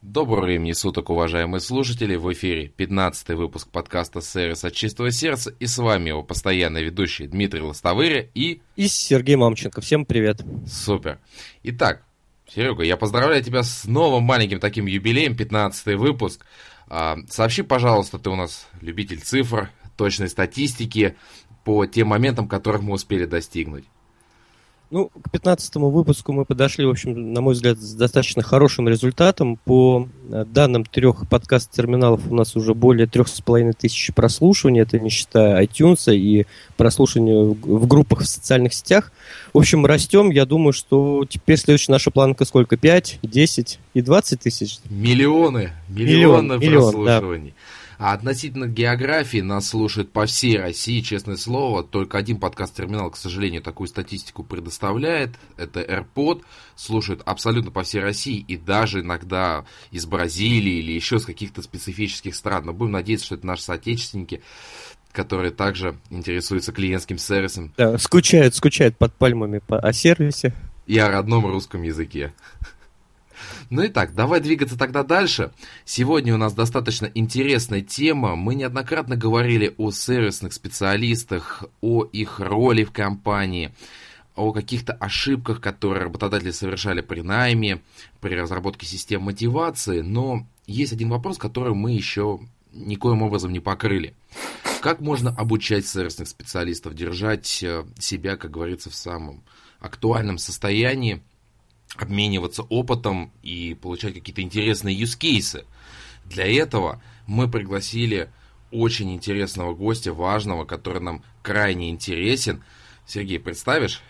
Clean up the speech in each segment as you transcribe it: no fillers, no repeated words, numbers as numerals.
Доброго времени суток, уважаемые слушатели! В эфире 15-й выпуск подкаста «Сервис от чистого сердца», и с вами его постоянный ведущий Дмитрий Лостовыря и Сергей Мамченко. Всем привет! Супер! Итак, Серега, я поздравляю тебя с новым маленьким таким юбилеем, 15-й выпуск. Сообщи, пожалуйста, ты у нас любитель цифр, точной статистики по тем моментам, которых мы успели достигнуть. К 15-му выпуску мы подошли, в общем, на мой взгляд, с достаточно хорошим результатом. По данным 3 подкаст-терминалов у нас уже более 3500 прослушиваний, это не считая iTunes и прослушивания в группах в социальных сетях. В общем, растем. Я думаю, что теперь следующая наша планка сколько? 5, 10 и 20 тысяч? Миллионы прослушиваний. Да. А относительно географии нас слушают по всей России, честное слово. Только один подкаст-терминал, к сожалению, такую статистику предоставляет. Это AirPod. Слушают абсолютно по всей России и даже иногда из Бразилии или еще с каких-то специфических стран. Но будем надеяться, что это наши соотечественники, которые также интересуются клиентским сервисом. Да, скучают под пальмами о сервисе. И о родном русском языке. Ну и так, давай двигаться тогда дальше. Сегодня у нас достаточно интересная тема. Мы неоднократно говорили о сервисных специалистах, о их роли в компании, о каких-то ошибках, которые работодатели совершали при найме, при разработке систем мотивации. Но есть один вопрос, который мы еще никоим образом не покрыли. Как можно обучать сервисных специалистов держать себя, как говорится, в самом актуальном состоянии, обмениваться опытом и получать какие-то интересные юзкейсы? Для этого мы пригласили очень интересного гостя, важного, который нам крайне интересен. Сергей, представишь?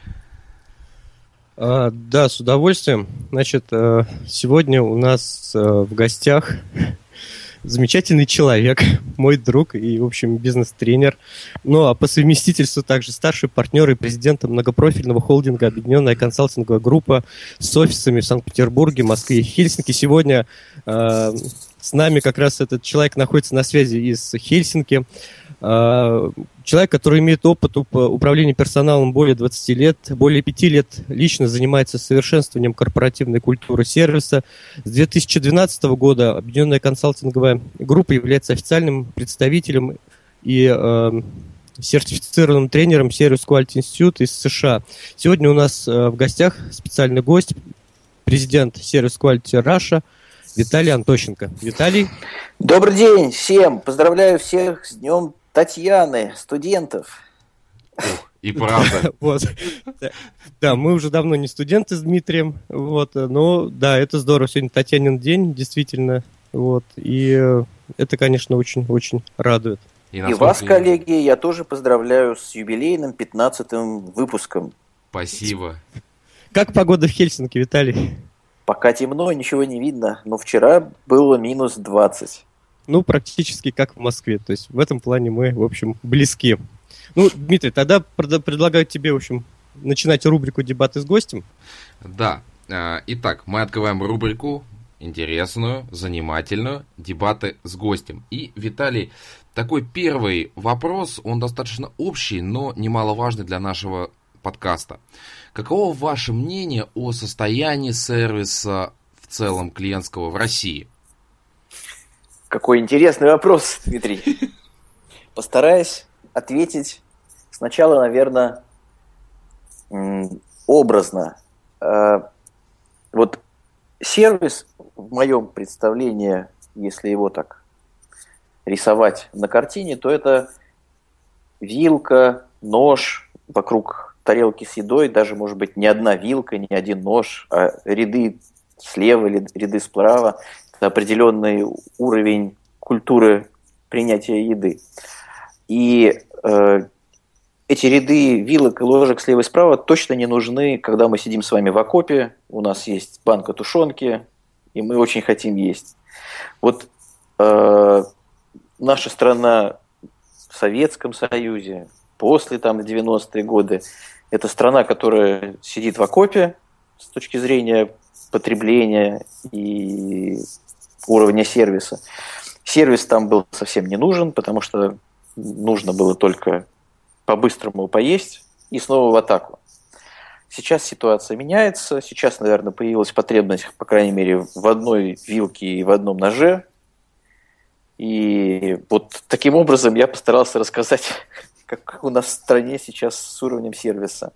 Да, с удовольствием. Значит, сегодня у нас в гостях замечательный человек, мой друг и, в общем, бизнес-тренер. Ну, а по совместительству также старший партнер и президент многопрофильного холдинга «Объединенная консалтинговая группа» с офисами в Санкт-Петербурге, Москве и Хельсинки. Сегодня с нами как раз этот человек находится на связи из Хельсинки. Человек, который имеет опыт управления персоналом более 20 лет, более 5 лет лично занимается совершенствованием корпоративной культуры сервиса. С 2012 года Объединенная консалтинговая группа является официальным представителем и сертифицированным тренером Service Quality Institute из США. Сегодня у нас в гостях специальный гость, президент Service Quality Russia Виталий Антощенко. Виталий. Добрый день всем! Поздравляю всех с Днем Татьяны, студентов. И правда. Да, мы уже давно не студенты с Дмитрием, но да, это здорово. Сегодня Татьянин день, действительно, и это, конечно, очень-очень радует. И вас, коллеги, я тоже поздравляю с юбилейным 15-м выпуском. Спасибо. Как погода в Хельсинки, Виталий? Пока темно, ничего не видно, но вчера было минус 20. Практически как в Москве. То есть в этом плане мы, в общем, близки. Дмитрий, тогда предлагаю тебе, в общем, начинать рубрику «Дебаты с гостем». Да. Итак, мы открываем рубрику интересную, занимательную «Дебаты с гостем». И, Виталий, такой первый вопрос, он достаточно общий, но немаловажный для нашего подкаста. Каково ваше мнение о состоянии сервиса в целом клиентского в России? Какой интересный вопрос, Дмитрий. Постараюсь ответить сначала, наверное, образно. Сервис, в моем представлении, если его так рисовать на картине, то это вилка, нож, вокруг тарелки с едой, даже, может быть, не одна вилка, не один нож, а ряды слева или ряды справа. Это определенный уровень культуры принятия еды. И эти ряды вилок и ложек слева и справа точно не нужны, когда мы сидим с вами в окопе, у нас есть банка тушенки, и мы очень хотим есть. Наша страна в Советском Союзе, после 90-е годы, это страна, которая сидит в окопе с точки зрения потребления и уровня сервиса. Сервис там был совсем не нужен, потому что нужно было только по-быстрому поесть и снова в атаку. Сейчас ситуация меняется, сейчас, наверное, появилась потребность, по крайней мере, в одной вилке и в одном ноже. И вот таким образом я постарался рассказать, как у нас в стране сейчас с уровнем сервиса.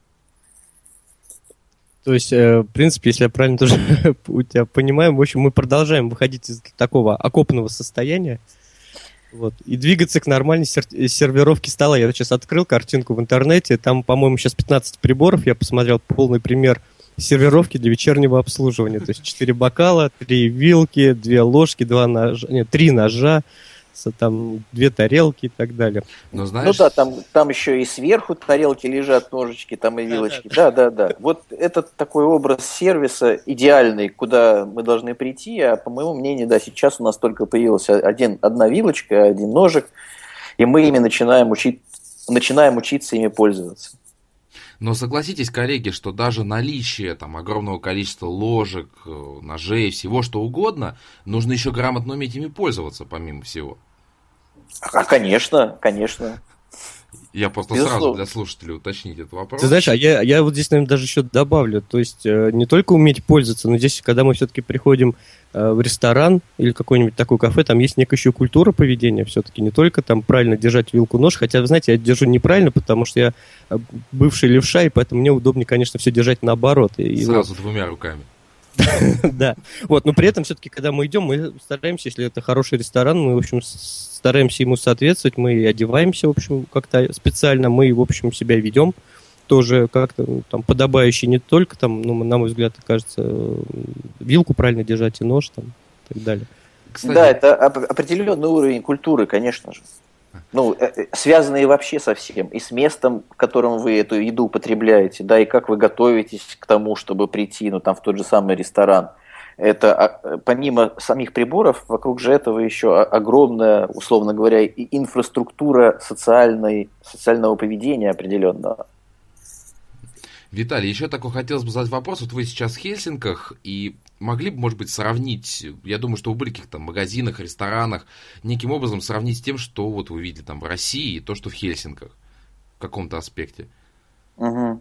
То есть, в принципе, если я правильно тоже у тебя понимаю, в общем, мы продолжаем выходить из такого окопного состояния, вот, и двигаться к нормальной сервировке стола. Я сейчас открыл картинку в интернете, там, по-моему, сейчас 15 приборов, я посмотрел полный пример сервировки для вечернего обслуживания. То есть 4 бокала, 3 вилки, 2 ложки, 3 ножа, там 2 тарелки и так далее. Но, знаешь... Ну да, там еще и сверху тарелки лежат, ножички, там и вилочки. Да. Вот это такой образ сервиса идеальный, куда мы должны прийти. А по моему мнению, да, сейчас у нас только появилась одна вилочка, один ножик, и мы ими начинаем учиться ими пользоваться. Но согласитесь, коллеги, что даже наличие там огромного количества ложек, ножей, всего что угодно, нужно еще грамотно уметь ими пользоваться, помимо всего. Конечно. Я просто Безусловно. Сразу для слушателей уточнить этот вопрос. Ты знаешь, я вот здесь, наверное, даже еще добавлю. То есть не только уметь пользоваться, но здесь, когда мы все-таки приходим в ресторан или какое-нибудь такое кафе, там есть некая еще культура поведения все-таки. Не только там правильно держать вилку, нож. Хотя, вы знаете, я держу неправильно, потому что я бывший левша, и поэтому мне удобнее, конечно, все держать наоборот. Сразу двумя руками. Да. Вот, но при этом все-таки, когда мы идем, мы стараемся, если это хороший ресторан, мы, в общем, стараемся ему соответствовать, мы одеваемся, в общем, как-то специально, мы, в общем, себя ведем тоже как-то там подобающе не только там, ну, на мой взгляд, кажется, вилку правильно держать и нож там и так далее. Кстати... Да, это определенный уровень культуры, конечно же. Ну, связанные вообще со всем. И с местом, в котором вы эту еду употребляете, да, и как вы готовитесь к тому, чтобы прийти, ну, там, в тот же самый ресторан. Это, помимо самих приборов, вокруг же этого еще огромная, условно говоря, и инфраструктура социального поведения определенного. Виталий, еще такой хотелось бы задать вопрос. Вот вы сейчас в Хельсинках, и могли бы, может быть, сравнить, я думаю, что вы были в каких-то магазинах, ресторанах, неким образом сравнить с тем, что вот вы видели там в России, и то, что в Хельсинках, в каком-то аспекте? Угу.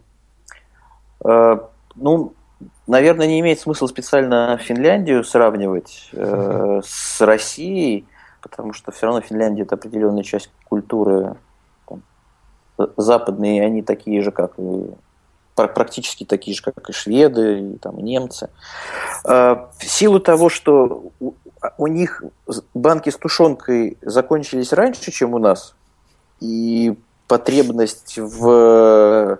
Ну, наверное, не имеет смысла специально Финляндию сравнивать с Россией, потому что все равно Финляндия – это определенная часть культуры там, западные, они такие же, как и практически такие же, как и шведы, и там, немцы. В силу того, что у них банки с тушенкой закончились раньше, чем у нас, и потребность в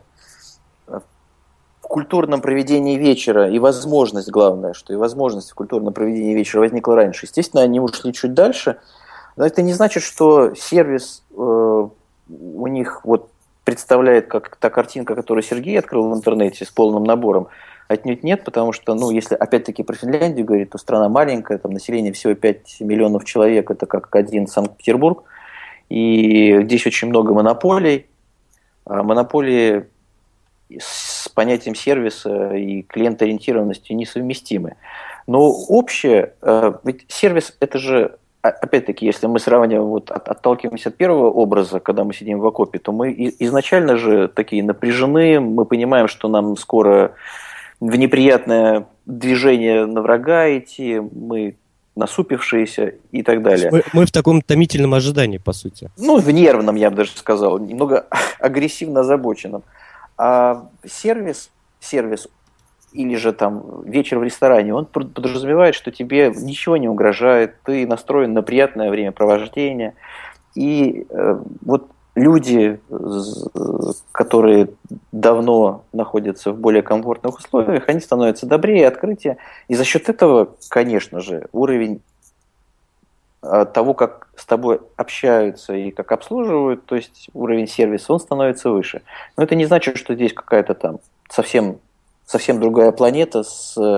культурном проведении вечера и возможность, главное, что и возможность в культурном проведении вечера возникла раньше. Естественно, они ушли чуть дальше, но это не значит, что сервис у них вот представляет как та картинка, которую Сергей открыл в интернете с полным набором. Отнюдь нет, потому что, ну, если опять-таки про Финляндию говорить, то страна маленькая, там население всего 5 миллионов человек, это как один Санкт-Петербург, и здесь очень много монополий. А монополии с понятием сервиса и клиентоориентированностью несовместимы. Но общее, ведь сервис это же, опять-таки, если мы сравниваем, вот, отталкиваемся от первого образа, когда мы сидим в окопе, то мы изначально же такие напряжены, мы понимаем, что нам скоро в неприятное движение на врага идти, мы насупившиеся и так далее. Мы в таком томительном ожидании, по сути. Ну, в нервном, я бы даже сказал, немного агрессивно озабоченном. А сервис или же там вечер в ресторане, он подразумевает, что тебе ничего не угрожает, ты настроен на приятное времяпровождение. И вот люди, которые давно находятся в более комфортных условиях, они становятся добрее, открытие. И за счет этого, конечно же, уровень того, как с тобой общаются и как обслуживают, то есть уровень сервиса, он становится выше. Но это не значит, что здесь какая-то там совсем другая планета с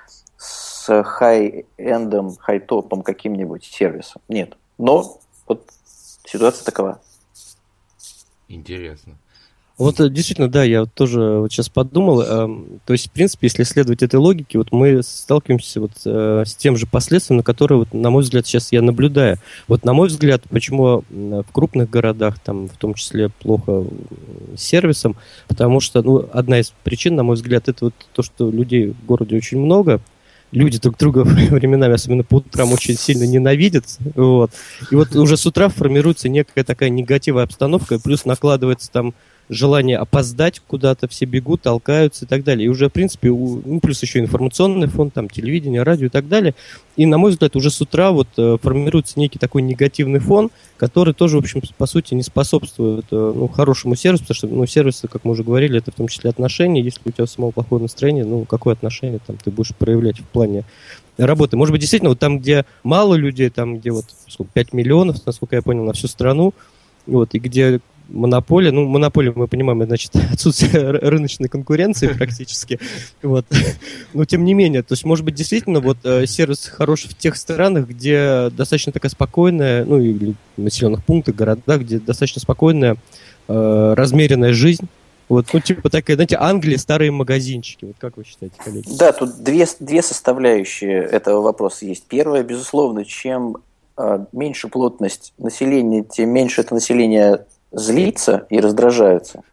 хай-эндом, хай-топом каким-нибудь сервисом. Нет. Но вот ситуация такова. Интересно. Вот действительно, да, я вот тоже вот сейчас подумал, то есть, в принципе, если следовать этой логике, вот мы сталкиваемся вот с тем же последствием, на которые, вот, на мой взгляд, сейчас я наблюдаю. Вот, на мой взгляд, почему в крупных городах, там, в том числе, плохо с сервисом, потому что, ну, одна из причин, на мой взгляд, это вот то, что людей в городе очень много, люди друг друга временами, особенно по утрам, очень сильно ненавидят. Вот. И вот уже с утра формируется некая такая негативная обстановка, и плюс накладывается там желание опоздать куда-то, все бегут, толкаются и так далее. И уже, в принципе, ну, плюс еще информационный фон, там, телевидение, радио и так далее. И, на мой взгляд, уже с утра вот формируется некий такой негативный фон, который тоже, в общем, по сути, не способствует ну, хорошему сервису, потому что, ну, сервис, как мы уже говорили, это в том числе отношения. Если у тебя самого плохое настроение, ну, какое отношение там ты будешь проявлять в плане работы? Может быть, действительно, вот там, где мало людей, там, где вот сколько, 5 миллионов, насколько я понял, на всю страну, вот, и где монополия, ну, монополия, мы понимаем, это значит отсутствие рыночной конкуренции практически, вот, но тем не менее, то есть, может быть, действительно, вот, сервис хорош в тех странах, где достаточно такая спокойная, ну, или в населенных пунктах, городах, где достаточно спокойная, размеренная жизнь, вот, ну, типа такая, знаете, Англия, старые магазинчики, вот как вы считаете, коллеги? Да, тут две составляющие этого вопроса есть. Первое, безусловно, чем меньше плотность населения, тем меньше это население злится и раздражается,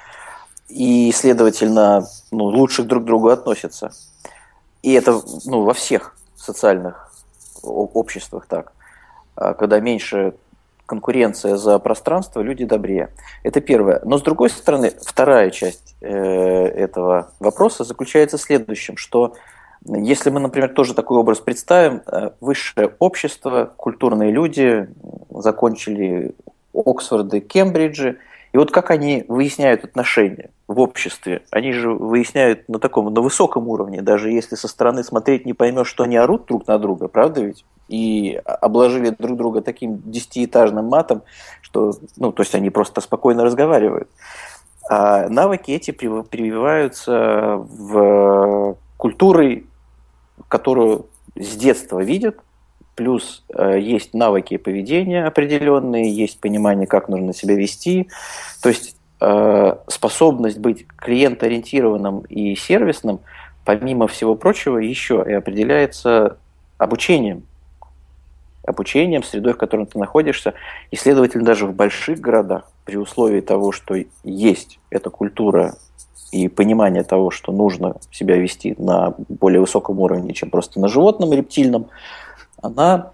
и, следовательно, ну, лучше друг к другу относятся. И это, ну, во всех социальных обществах так. Когда меньше конкуренция за пространство, люди добрее. Это первое. Но, с другой стороны, вторая часть этого вопроса заключается в следующем, что если мы, например, тоже такой образ представим, высшее общество, культурные люди закончили Оксфорды, Кембриджи, и вот как они выясняют отношения в обществе? Они же выясняют на таком, на высоком уровне, даже если со стороны смотреть не поймешь, что они орут друг на друга, правда ведь? И обложили друг друга таким 10-этажным матом, что, ну, то есть они просто спокойно разговаривают. А навыки эти прививаются в культуры, которую с детства видят, плюс есть навыки поведения определенные, есть понимание, как нужно себя вести. То есть способность быть клиентоориентированным и сервисным, помимо всего прочего, еще и определяется обучением. Обучением, средой, в которой ты находишься. И, следовательно, даже в больших городах, при условии того, что есть эта культура и понимание того, что нужно себя вести на более высоком уровне, чем просто на животном, рептильном, она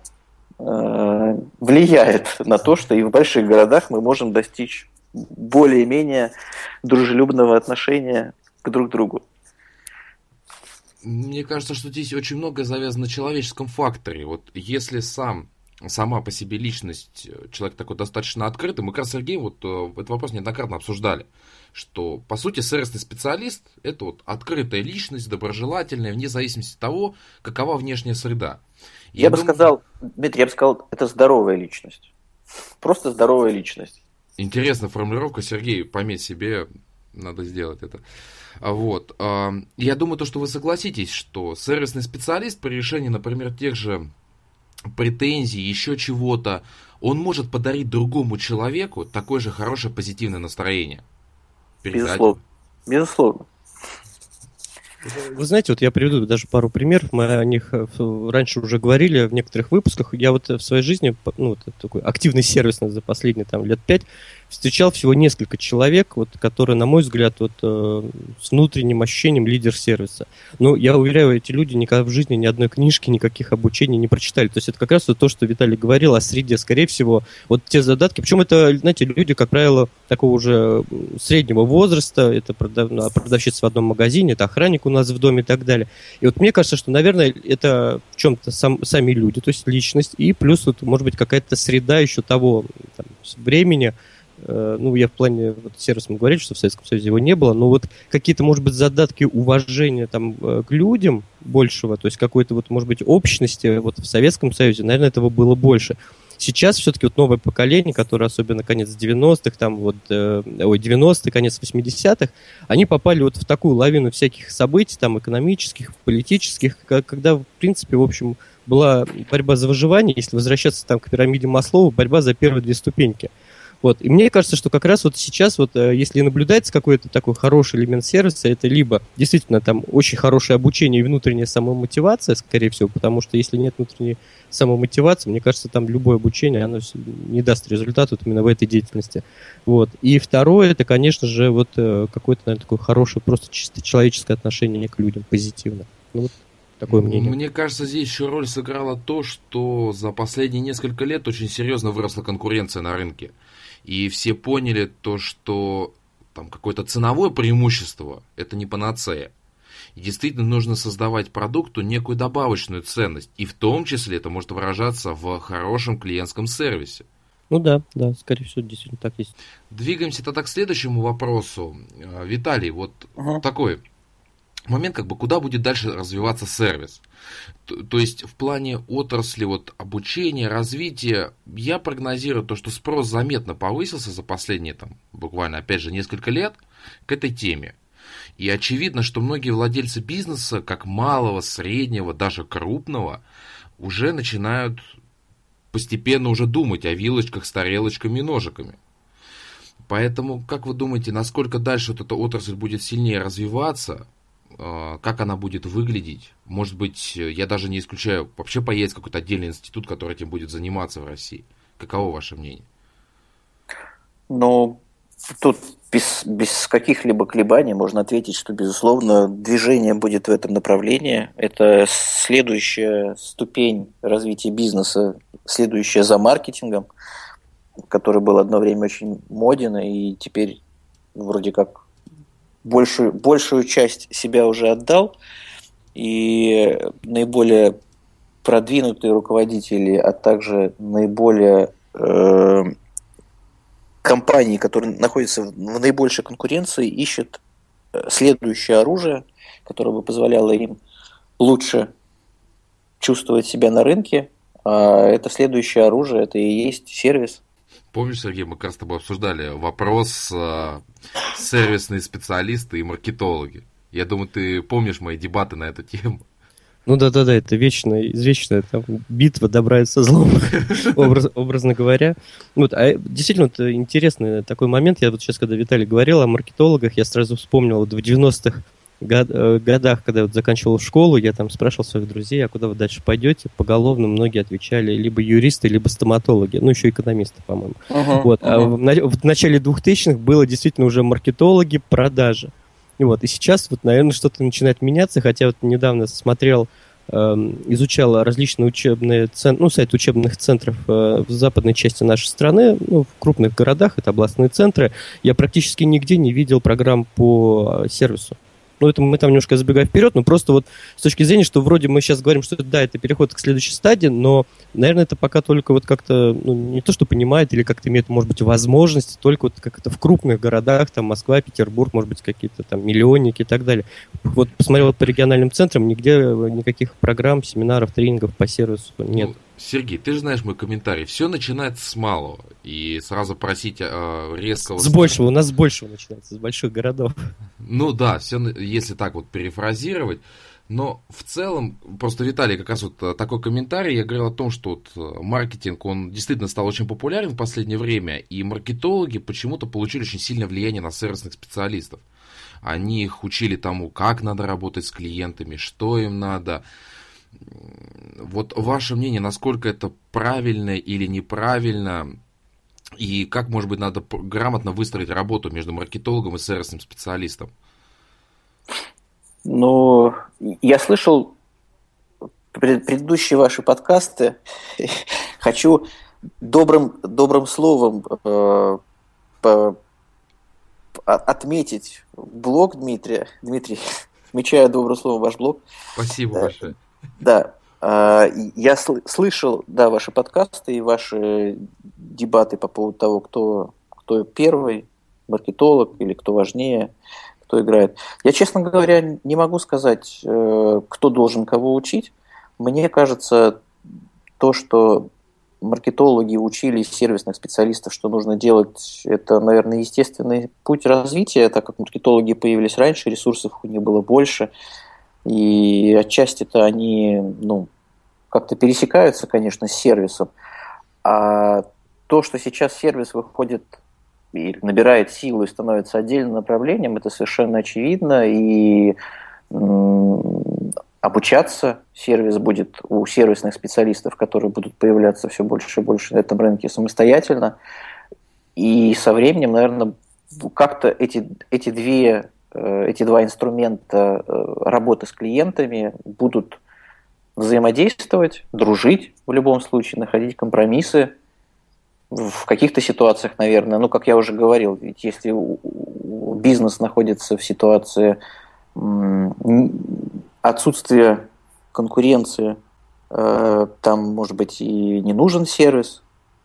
влияет на то, что и в больших городах мы можем достичь более-менее дружелюбного отношения к друг другу. Мне кажется, что здесь очень многое завязано на человеческом факторе. Вот если сама по себе личность, человек такой достаточно открытый, мы как раз с Сергеем вот этот вопрос неоднократно обсуждали, что, по сути, сервисный специалист – это вот открытая личность, доброжелательная, вне зависимости от того, какова внешняя среда. Я бы сказал, Дмитрий, это здоровая личность. Просто здоровая личность. Интересная формулировка, Сергей, пометь себе, надо сделать это. Вот. Я думаю, что вы согласитесь, что сервисный специалист при решении, например, тех же претензий, еще чего-то, он может подарить другому человеку такое же хорошее позитивное настроение. Безусловно. Безусловно. Вы знаете, вот я приведу даже пару примеров, мы о них раньше уже говорили в некоторых выпусках. Я вот в своей жизни, ну, вот такой активный сервис за последние там, лет 5 встречал всего несколько человек, вот, которые, на мой взгляд, вот, с внутренним ощущением лидер сервиса. Но я уверяю, эти люди никогда в жизни ни одной книжки, никаких обучений не прочитали. То есть это как раз вот то, что Виталий говорил о среде. Скорее всего, вот те задатки, причем это, знаете, люди, как правило, такого уже среднего возраста, это продавщица в одном магазине, это охранник у нас в доме и так далее. И вот мне кажется, что, наверное, это в чем-то сами люди, то есть личность, и плюс, вот, может быть, какая-то среда еще того там, времени. Ну, я в плане вот, сервиса мы говорили, что в Советском Союзе его не было, но вот какие-то, может быть, задатки уважения там, к людям большего, то есть какой-то, вот, может быть, общности вот, в Советском Союзе, наверное, этого было больше. Сейчас все-таки вот новое поколение, которое особенно конец 90-х, там вот, 90-х, конец 80-х, они попали вот в такую лавину всяких событий, там, экономических, политических, когда, в принципе, в общем, была борьба за выживание, если возвращаться там к пирамиде Маслоу, борьба за первые две ступеньки. Вот. И мне кажется, что как раз вот сейчас, вот, если наблюдается какой-то такой хороший элемент сервиса, это либо действительно там очень хорошее обучение и внутренняя самомотивация, скорее всего, потому что если нет внутренней самомотивации, мне кажется, там любое обучение, оно не даст результат вот именно в этой деятельности. Вот. И второе, это, конечно же, вот какое-то, наверное, такое хорошее, просто чисто человеческое отношение к людям, позитивно. Ну, вот такое мнение. Мне кажется, здесь еще роль сыграло то, что за последние несколько лет очень серьезно выросла конкуренция на рынке. И все поняли то, что там какое-то ценовое преимущество – это не панацея. И действительно нужно создавать продукту некую добавочную ценность. И в том числе это может выражаться в хорошем клиентском сервисе. Ну да, скорее всего, действительно так есть. Двигаемся тогда к следующему вопросу. Виталий, вот такой момент, как бы куда будет дальше развиваться сервис. То есть в плане отрасли вот, обучения, развития, я прогнозирую то, что спрос заметно повысился за последние там, буквально, опять же, несколько лет к этой теме. И очевидно, что многие владельцы бизнеса, как малого, среднего, даже крупного, уже начинают постепенно уже думать о вилочках с тарелочками и ножиками. Поэтому, как вы думаете, насколько дальше вот эта отрасль будет сильнее развиваться, как она будет выглядеть? Может быть, я даже не исключаю, вообще появится какой-то отдельный институт, который этим будет заниматься в России. Каково ваше мнение? Ну, тут без каких-либо колебаний можно ответить, что, безусловно, движение будет в этом направлении. Это следующая ступень развития бизнеса, следующая за маркетингом, который был одно время очень моден, и теперь вроде как большую часть себя уже отдал, и наиболее продвинутые руководители, а также наиболее компании, которые находятся в наибольшей конкуренции, ищут следующее оружие, которое бы позволяло им лучше чувствовать себя на рынке, а это следующее оружие, это и есть сервис. Помнишь, Сергей, мы как раз с тобой обсуждали вопрос сервисные специалисты и маркетологи. Я думаю, ты помнишь мои дебаты на эту тему. Ну да, это извечная там, битва добра и со злом, образно говоря. Вот, а действительно, это интересный такой момент. Я вот сейчас, когда Виталий говорил о маркетологах, я сразу вспомнил вот в 90-х годах, когда я вот заканчивал школу, я там спрашивал своих друзей, а куда вы дальше пойдете? Поголовно многие отвечали либо юристы, либо стоматологи, ну еще экономисты, по-моему. А в начале 2000-х было действительно уже маркетологи, продажи. И сейчас, вот, наверное, что-то начинает меняться, хотя вот недавно смотрел, изучал различные учебные сайты учебных центров в западной части нашей страны, в крупных городах, это областные центры. Я практически нигде не видел программ по сервису. Это мы там немножко забегаем вперед, но просто вот с точки зрения, что вроде мы сейчас говорим, что да, это переход к следующей стадии, но, наверное, это пока только вот как-то, не то, что понимает или как-то имеет, может быть, возможности, только вот как это в крупных городах, там Москва, Петербург, может быть, какие-то там миллионники и так далее. Вот посмотрел по региональным центрам, нигде никаких программ, семинаров, тренингов по сервису нет. Сергей, ты же знаешь мой комментарий. Все начинается с малого. И сразу просить резкого... С большего, у нас с большего начинается, с больших городов. Ну да, все, если так вот перефразировать. Но в целом, просто Виталий, как раз вот такой комментарий, я говорил о том, что вот маркетинг, он действительно стал очень популярен в последнее время, и маркетологи почему-то получили очень сильное влияние на сервисных специалистов. Они их учили тому, как надо работать с клиентами, что им надо. Вот ваше мнение, насколько это правильно или неправильно, и как, может быть, надо грамотно выстроить работу между маркетологом и сервисным специалистом? Ну, я слышал предыдущие ваши подкасты. Хочу добрым словом отметить блог Дмитрия. Дмитрий, отмечаю добрым словом ваш блог. Спасибо большое. Да, я слышал, да, ваши подкасты и ваши дебаты по поводу того, кто первый, маркетолог или кто важнее, кто играет. Я, честно говоря, не могу сказать, кто должен кого учить. Мне кажется, то, что маркетологи учили сервисных специалистов, что нужно делать, это, наверное, естественный путь развития, так как маркетологи появились раньше, ресурсов у них было больше. И отчасти-то они, как-то пересекаются, конечно, с сервисом. А то, что сейчас сервис выходит и набирает силу и становится отдельным направлением, это совершенно очевидно, и обучаться сервис будет у сервисных специалистов, которые будут появляться все больше и больше на этом рынке самостоятельно. И со временем, наверное, как-то эти два инструмента работы с клиентами будут взаимодействовать, дружить в любом случае, находить компромиссы. В каких-то ситуациях, наверное, ну, как я уже говорил, ведь если бизнес находится в ситуации отсутствия конкуренции, там, может быть, и не нужен сервис.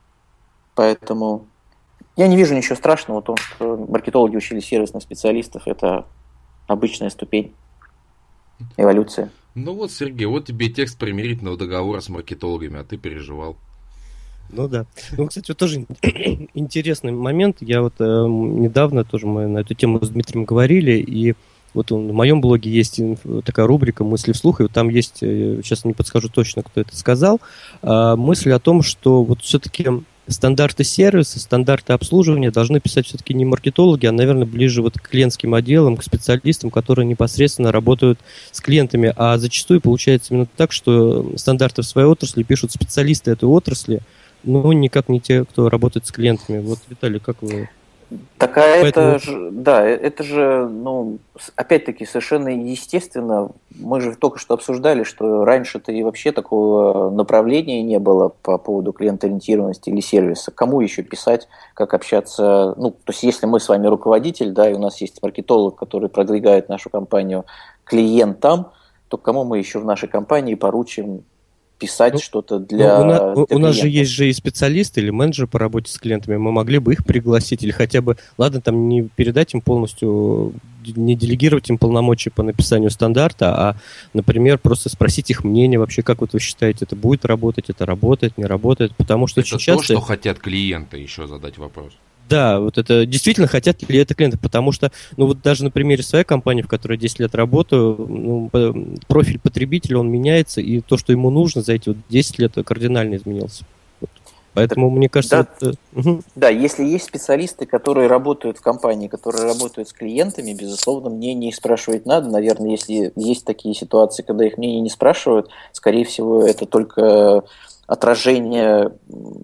Поэтому я не вижу ничего страшного в том, что маркетологи учили сервисных специалистов. Это обычная ступень эволюции. Ну вот, Сергей, вот тебе текст примирительного договора с маркетологами, а ты переживал. Ну да. Ну, кстати, вот тоже интересный момент. Я вот недавно тоже мы на эту тему с Дмитрием говорили, и вот на моем блоге есть такая рубрика «Мысли вслух», и вот там есть, сейчас не подскажу точно, кто это сказал, мысль о том, что вот все-таки стандарты сервиса, стандарты обслуживания должны писать все-таки не маркетологи, а, наверное, ближе вот к клиентским отделам, к специалистам, которые непосредственно работают с клиентами. А зачастую получается именно так, что стандарты в своей отрасли пишут специалисты этой отрасли, но никак не те, кто работает с клиентами. Вот, Виталий, как вы... Такая Поэтому... это же, ну, опять-таки, совершенно естественно. Мы же только что обсуждали, что раньше-то и вообще такого направления не было по поводу клиент-ориентированности или сервиса. Кому еще писать, как общаться? Ну, то есть, если мы с вами руководитель, да, и у нас есть маркетолог, который продвигает нашу компанию клиентам, то кому мы еще в нашей компании поручим писать что-то для у нас же есть же и специалисты или менеджеры по работе с клиентами, мы могли бы их пригласить или хотя бы, ладно, там не передать им полностью, не делегировать им полномочия по написанию стандарта, а, например, просто спросить их мнение вообще, как вот вы считаете, это будет работать, это работает, не работает, потому что это очень часто... то, что хотят клиенты, еще задать вопрос. Да, вот это действительно хотят ли это клиенты, потому что, ну вот даже на примере своей компании, в которой 10 лет работаю, ну, профиль потребителя, он меняется, и то, что ему нужно за эти вот 10 лет, кардинально изменился. Вот. Поэтому, мне кажется... Да, да, если есть специалисты, которые работают в компании, которые работают с клиентами, безусловно, мнение их спрашивать надо. Наверное, если есть такие ситуации, когда их мнение не спрашивают, скорее всего, это только отражение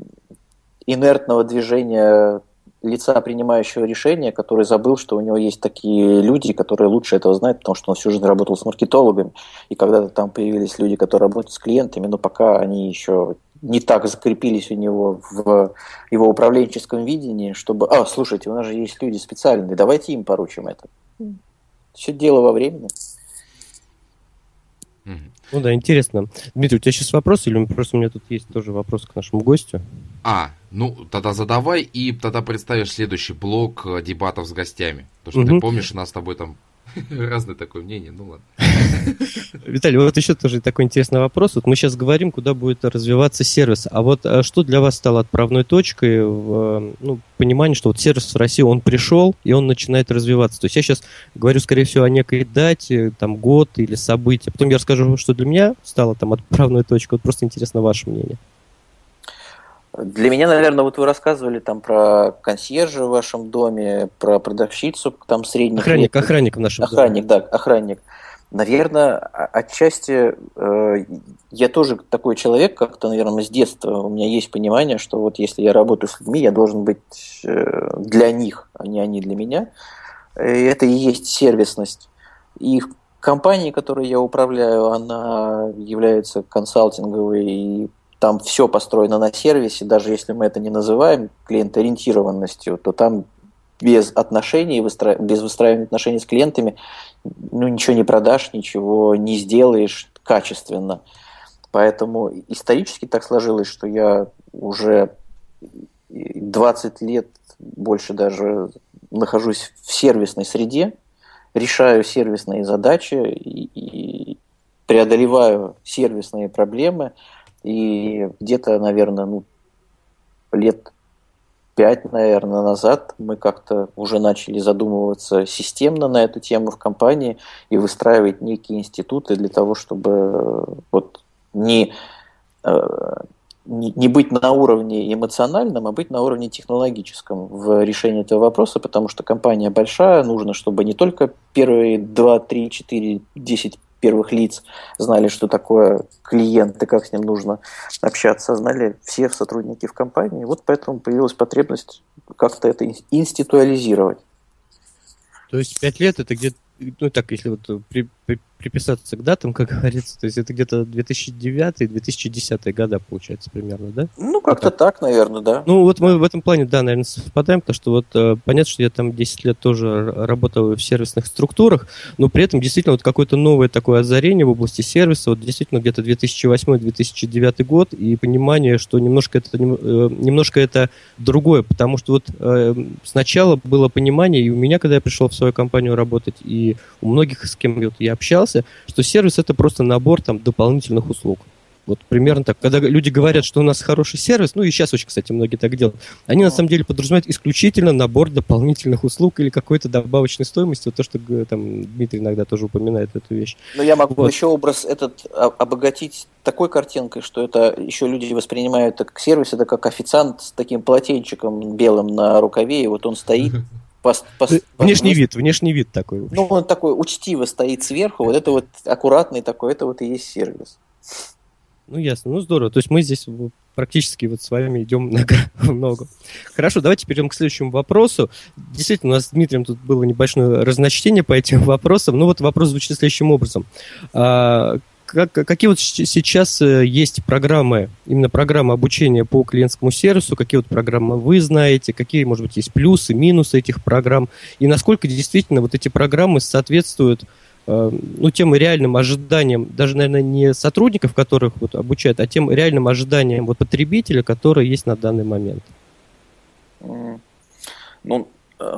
инертного движения лица, принимающего решения, который забыл, что у него есть такие люди, которые лучше этого знают, потому что он всю жизнь работал с маркетологами, и когда-то там появились люди, которые работают с клиентами, но пока они еще не так закрепились у него в его управленческом видении, чтобы, слушайте, у нас же есть люди специальные, давайте им поручим это. Все дело во времени. Ну да, интересно. Дмитрий, у тебя сейчас вопрос, или просто у меня тут есть тоже вопрос к нашему гостю? Ну, тогда задавай, и тогда представишь следующий блок дебатов с гостями. Потому что ты помнишь, у нас с тобой там разное такое мнение, ну ладно. Виталий, вот еще тоже такой интересный вопрос. Вот мы сейчас говорим, куда будет развиваться сервис. А вот что для вас стало отправной точкой в понимании, что вот сервис в России, он пришел, и он начинает развиваться? То есть я сейчас говорю, скорее всего, о некой дате, там, год или событие. Потом я расскажу, что для меня стало там отправной точкой. Вот просто интересно ваше мнение. Для меня, наверное, вот вы рассказывали там про консьержа в вашем доме, про продавщицу там средних лет. Охранник в нашем доме. Охранник. Наверное, отчасти я тоже такой человек, как-то, наверное, с детства у меня есть понимание, что вот если я работаю с людьми, я должен быть для них, а не они для меня. И это и есть сервисность. И компания, которой я управляю, она является консалтинговой, и там все построено на сервисе, даже если мы это не называем клиент-ориентированностью, то там без отношений, без выстраивания отношений с клиентами, ничего не продашь, ничего не сделаешь качественно. Поэтому исторически так сложилось, что я уже 20 лет, больше даже, нахожусь в сервисной среде, решаю сервисные задачи и преодолеваю сервисные проблемы. И где-то, наверное, лет 5, наверное, назад мы как-то уже начали задумываться системно на эту тему в компании и выстраивать некие институты для того, чтобы вот не не быть на уровне эмоциональном, а быть на уровне технологическом в решении этого вопроса, потому что компания большая, нужно, чтобы не только первые 2, 3, 4, 10 первых лиц знали, что такое клиент и как с ним нужно общаться, знали все сотрудники в компании. Вот поэтому появилась потребность как-то это институализировать. То есть 5 лет это где-то, ну так, если вот приписаться к датам, как говорится, то есть это где-то 2009-2010 года, получается, примерно, да? Ну, как-то так, наверное, да. Ну, вот мы в этом плане, да, наверное, совпадаем, потому что вот понятно, что я там 10 лет тоже работал в сервисных структурах, но при этом действительно вот какое-то новое такое озарение в области сервиса, вот действительно где-то 2008-2009 год, и понимание, что немножко это другое, потому что вот сначала было понимание, и у меня, когда я пришел в свою компанию работать, и у многих, с кем вот я общался, что сервис это просто набор там дополнительных услуг. Вот примерно так. Когда люди говорят, что у нас хороший сервис, ну и сейчас очень, кстати, многие так делают, они на самом деле подразумевают исключительно набор дополнительных услуг или какой-то добавочной стоимости. Вот то, что там Дмитрий иногда тоже упоминает эту вещь. Но я могу еще образ этот обогатить такой картинкой, что это еще люди воспринимают как сервис, это как официант с таким полотенчиком белым на рукаве, и вот он стоит. Внешний вид такой. Ну, он такой учтиво стоит сверху, вот это вот аккуратный такой, это вот и есть сервис. Ну, ясно, ну здорово. То есть мы здесь практически вот с вами идем в ногу. Хорошо, давайте перейдем к следующему вопросу. Действительно, у нас с Дмитрием тут было небольшое разночтение по этим вопросам. Ну вот вопрос звучит следующим образом. Какие вот сейчас есть программы, именно программы обучения по клиентскому сервису, какие вот программы вы знаете, какие, может быть, есть плюсы, минусы этих программ, и насколько действительно вот эти программы соответствуют тем реальным ожиданиям, даже, наверное, не сотрудников, которых вот обучают, а тем реальным ожиданиям вот потребителя, которые есть на данный момент? Ну,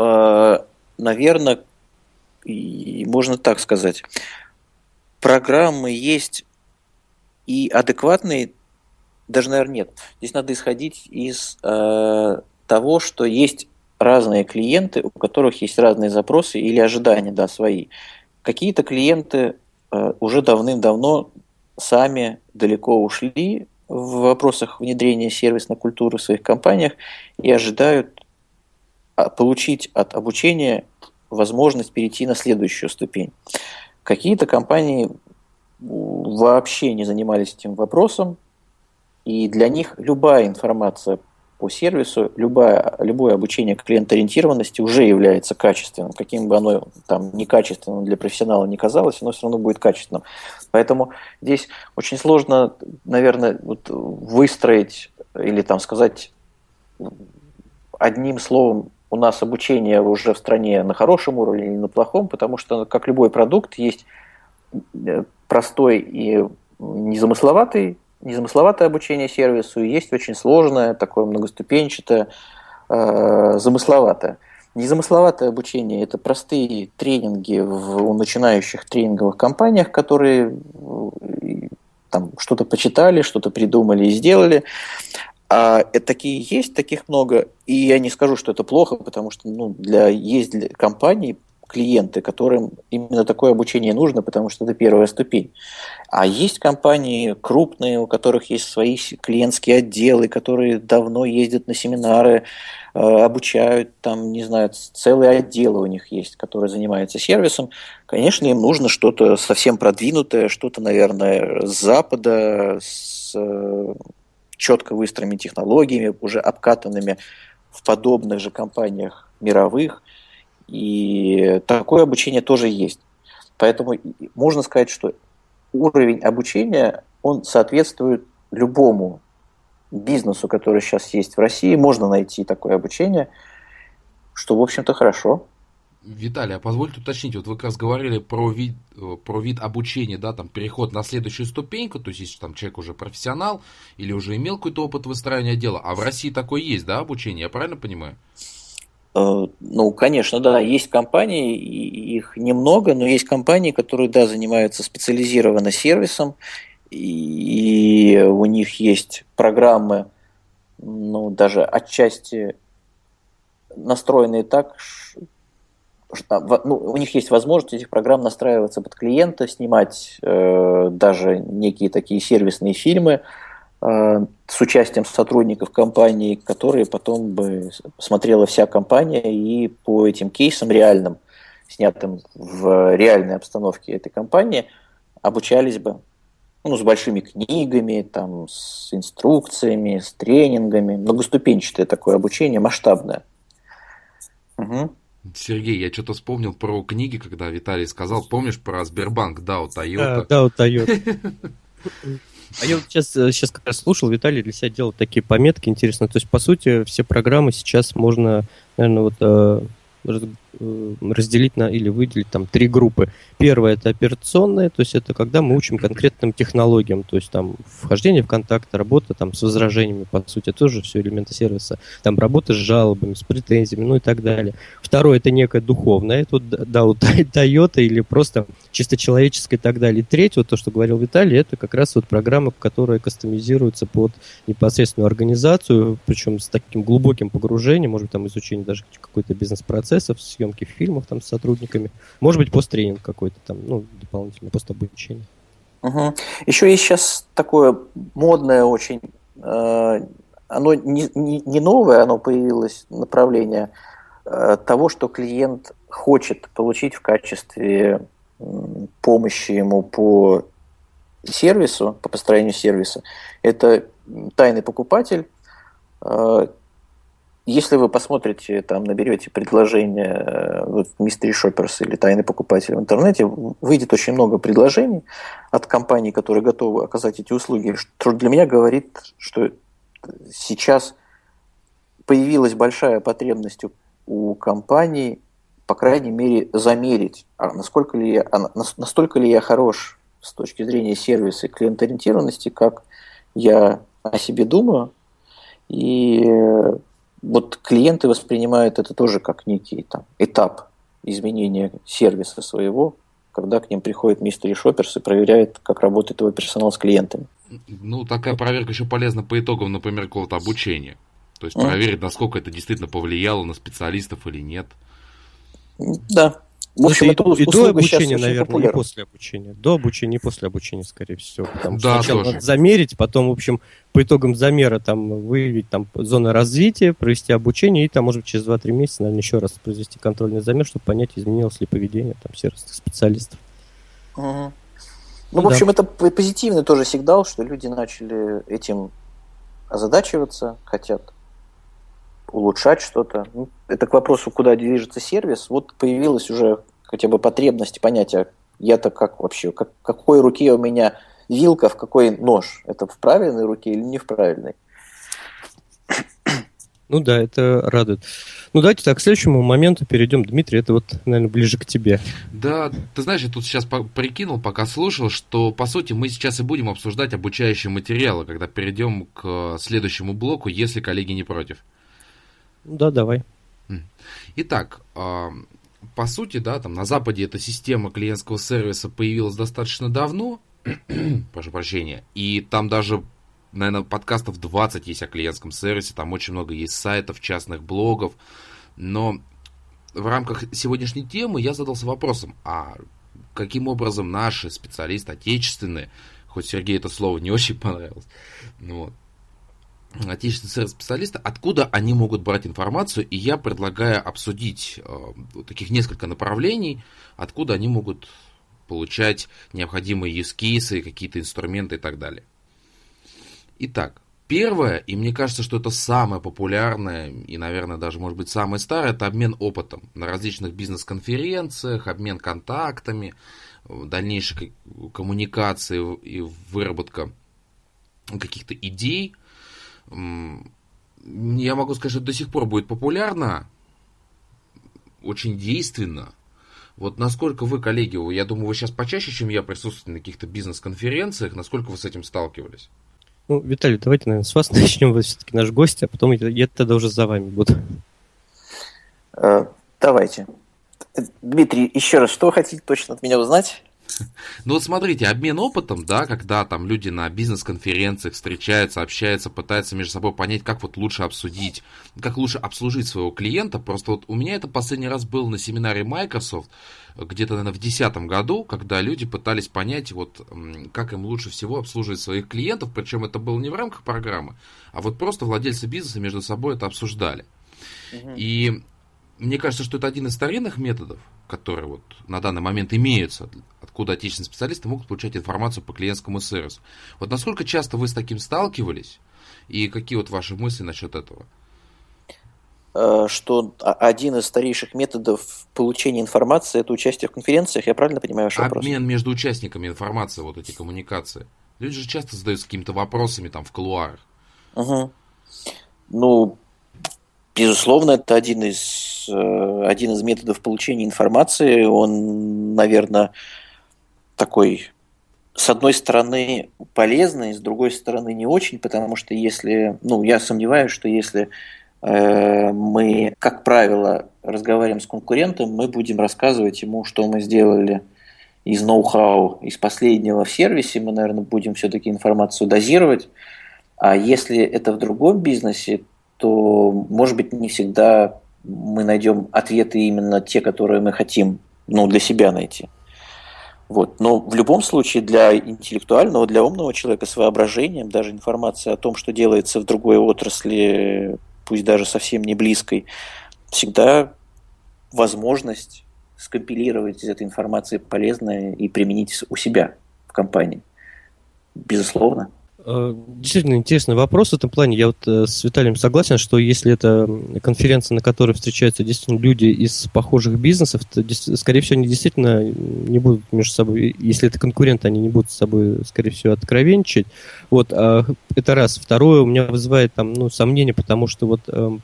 наверное, можно так сказать. Программы есть и адекватные, даже, наверное, нет. Здесь надо исходить из того, что есть разные клиенты, у которых есть разные запросы или ожидания, да, свои. Какие-то клиенты уже давным-давно сами далеко ушли в вопросах внедрения сервисной культуры в своих компаниях и ожидают получить от обучения возможность перейти на следующую ступень. Какие-то компании вообще не занимались этим вопросом, и для них любая информация по сервису, любое обучение клиент-ориентированности уже является качественным. Каким бы оно там некачественным для профессионала не казалось, оно все равно будет качественным. Поэтому здесь очень сложно, наверное, вот выстроить или там сказать одним словом, у нас обучение уже в стране на хорошем уровне или на плохом, потому что, как любой продукт, есть простой и незамысловатое обучение сервису, и есть очень сложное, такое многоступенчатое, замысловатое. Незамысловатое обучение – это простые тренинги у начинающих тренинговых компаниях, которые там что-то почитали, что-то придумали и сделали. А такие есть, таких много, и я не скажу, что это плохо, потому что есть для компаний клиенты, которым именно такое обучение нужно, потому что это первая ступень. А есть компании крупные, у которых есть свои клиентские отделы, которые давно ездят на семинары, обучают, там, не знаю, целые отделы у них есть, которые занимаются сервисом. Конечно, им нужно что-то совсем продвинутое, что-то, наверное, с Запада, с четко выстроенными технологиями, уже обкатанными в подобных же компаниях мировых. И такое обучение тоже есть. Поэтому можно сказать, что уровень обучения, он соответствует любому бизнесу, который сейчас есть в России. Можно найти такое обучение, что, в общем-то, хорошо. Виталий, а позвольте уточнить, вот вы как раз говорили про вид обучения, да, там переход на следующую ступеньку, то есть если там человек уже профессионал или уже имел какой-то опыт выстраивания дела, а в России такое есть, да, обучение, я правильно понимаю? Ну, конечно, да, есть компании, их немного, но есть компании, которые, да, занимаются специализированно сервисом, и у них есть программы, даже отчасти настроенные так, у них есть возможность этих программ настраиваться под клиента, снимать даже некие такие сервисные фильмы, с участием сотрудников компании, которые потом бы смотрела вся компания, и по этим кейсам реальным, снятым в реальной обстановке этой компании, обучались бы, ну, с большими книгами, там, с инструкциями, с тренингами, многоступенчатое такое обучение, масштабное. Угу. Сергей, я что-то вспомнил про книги, когда Виталий сказал, помнишь про Сбербанк, DAO, Toyota? Да, DAO, Toyota. А я вот сейчас как раз слушал, Виталий для себя делал такие пометки, интересно. То есть, по сути, все программы сейчас можно, наверное, вот разделить на или выделить там 3 группы. Первая — это операционная, то есть это когда мы учим конкретным технологиям, то есть там вхождение в контакт, работа там с возражениями, по сути, тоже все элементы сервиса, там работа с жалобами, с претензиями, ну и так далее. Второе — это некое духовное, это вот, да, вот Toyota или просто чисто человеческое и так далее. И третье, вот то, что говорил Виталий, это как раз вот программы, которые кастомизируются под непосредственную организацию, причем с таким глубоким погружением, может быть, там изучение даже какой-то бизнес-процессов, съемки фильмов там с сотрудниками, может быть, посттренинг какой-то там, ну, дополнительно, постобучение. Угу. Еще есть сейчас такое модное очень, оно не новое, оно появилось, направление того, что клиент хочет получить в качестве помощи ему по сервису, по построению сервиса. Это тайный покупатель. Если вы посмотрите, там, наберете предложение вот, Mystery Shoppers или тайный покупатель в интернете, выйдет очень много предложений от компаний, которые готовы оказать эти услуги, что для меня говорит, что сейчас появилась большая потребность у компаний, по крайней мере, замерить, настолько ли я хорош с точки зрения сервиса и клиент-ориентированности, как я о себе думаю, и вот клиенты воспринимают это тоже как некий там этап изменения сервиса своего, когда к ним приходит Mystery Shoppers и проверяет, как работает его персонал с клиентами. Ну, такая проверка еще полезна по итогам, например, какого-то обучения. То есть проверить, насколько это действительно повлияло на специалистов или нет. Да. В общем, это и до обучения, наверное, популярна. И после обучения. До обучения и после обучения, скорее всего. Потому что да, сначала тоже. надо замерить, потом, в общем, по итогам замера там выявить там зоны развития, провести обучение, и там, может быть, через 2-3 месяца, наверное, еще раз произвести контрольный замер, чтобы понять, изменилось ли поведение там сервисных специалистов. Угу. Ну, в общем, да. Это позитивный тоже сигнал, что люди начали этим озадачиваться, хотят улучшать что-то. Это к вопросу, куда движется сервис. Вот появилась уже хотя бы потребность понять, а я-то как вообще, в какой руке у меня вилка, в какой нож? Это в правильной руке или не в правильной? Ну да, это радует. Ну давайте так, к следующему моменту перейдем. Дмитрий, это вот, наверное, ближе к тебе. Да, ты знаешь, я тут сейчас прикинул, пока слушал, что, по сути, мы сейчас и будем обсуждать обучающие материалы, когда перейдем к следующему блоку, если коллеги не против. Да, давай. Итак, по сути, да, там на Западе эта система клиентского сервиса появилась достаточно давно, прошу прощения, и там даже, наверное, подкастов 20 есть о клиентском сервисе, там очень много есть сайтов, частных блогов, но в рамках сегодняшней темы я задался вопросом, а каким образом наши специалисты отечественные, хоть Сергею это слово не очень понравилось, вот, отечественные сервис-специалисты, откуда они могут брать информацию, и я предлагаю обсудить таких несколько направлений, откуда они могут получать необходимые use cases, какие-то инструменты и так далее. Итак, первое, и мне кажется, что это самое популярное, и, наверное, даже, может быть, самое старое, это обмен опытом на различных бизнес-конференциях, обмен контактами, дальнейшей коммуникации и выработка каких-то идей. Я могу сказать, что до сих пор будет популярно, очень действенно. Вот насколько вы, коллеги, я думаю, вы сейчас почаще, чем я, присутствуете на каких-то бизнес-конференциях, насколько вы с этим сталкивались? Ну, Виталий, давайте, наверное, с вас начнем, вы все-таки наш гость, а потом я тогда уже за вами буду. Давайте. Дмитрий, еще раз, что вы хотите точно от меня узнать? Ну вот смотрите, обмен опытом, да, когда там люди на бизнес-конференциях встречаются, общаются, пытаются между собой понять, как вот лучше обсудить, как лучше обслужить своего клиента. Просто вот у меня это последний раз был на семинаре Microsoft, где-то, наверное, в 2010 году, когда люди пытались понять, вот, как им лучше всего обслуживать своих клиентов, причем это было не в рамках программы, а вот просто владельцы бизнеса между собой это обсуждали. И мне кажется, что это один из старинных методов, которые вот на данный момент имеются, откуда отечественные специалисты могут получать информацию по клиентскому сервису. Вот насколько часто вы с таким сталкивались, и какие вот ваши мысли насчет этого? Что один из старейших методов получения информации – это участие в конференциях, я правильно понимаю ваш вопрос? Обмен между участниками информации, вот эти коммуникации. Люди же часто задаются какими-то вопросами там в кулуарах. Угу. Ну, безусловно, это один из методов получения информации. Он, наверное, такой, с одной стороны, полезный, с другой стороны, не очень, потому что если, я сомневаюсь, что если мы, как правило, разговариваем с конкурентом, мы будем рассказывать ему, что мы сделали из ноу-хау, из последнего в сервисе, мы, наверное, будем все-таки информацию дозировать. А если это в другом бизнесе, то, может быть, не всегда мы найдем ответы именно те, которые мы хотим, для себя найти. Вот. Но в любом случае для интеллектуального, для умного человека с воображением, даже информация о том, что делается в другой отрасли, пусть даже совсем не близкой, всегда возможность скомпилировать из этой информации полезное и применить у себя в компании. Безусловно. Действительно интересный вопрос в этом плане. Я вот с Виталием согласен, что если это конференция, на которой встречаются действительно люди из похожих бизнесов, то, скорее всего, они действительно не будут между собой, если это конкуренты, они не будут с собой, скорее всего, откровенничать. Вот, это раз. Второе, у меня вызывает там, сомнения, потому что вот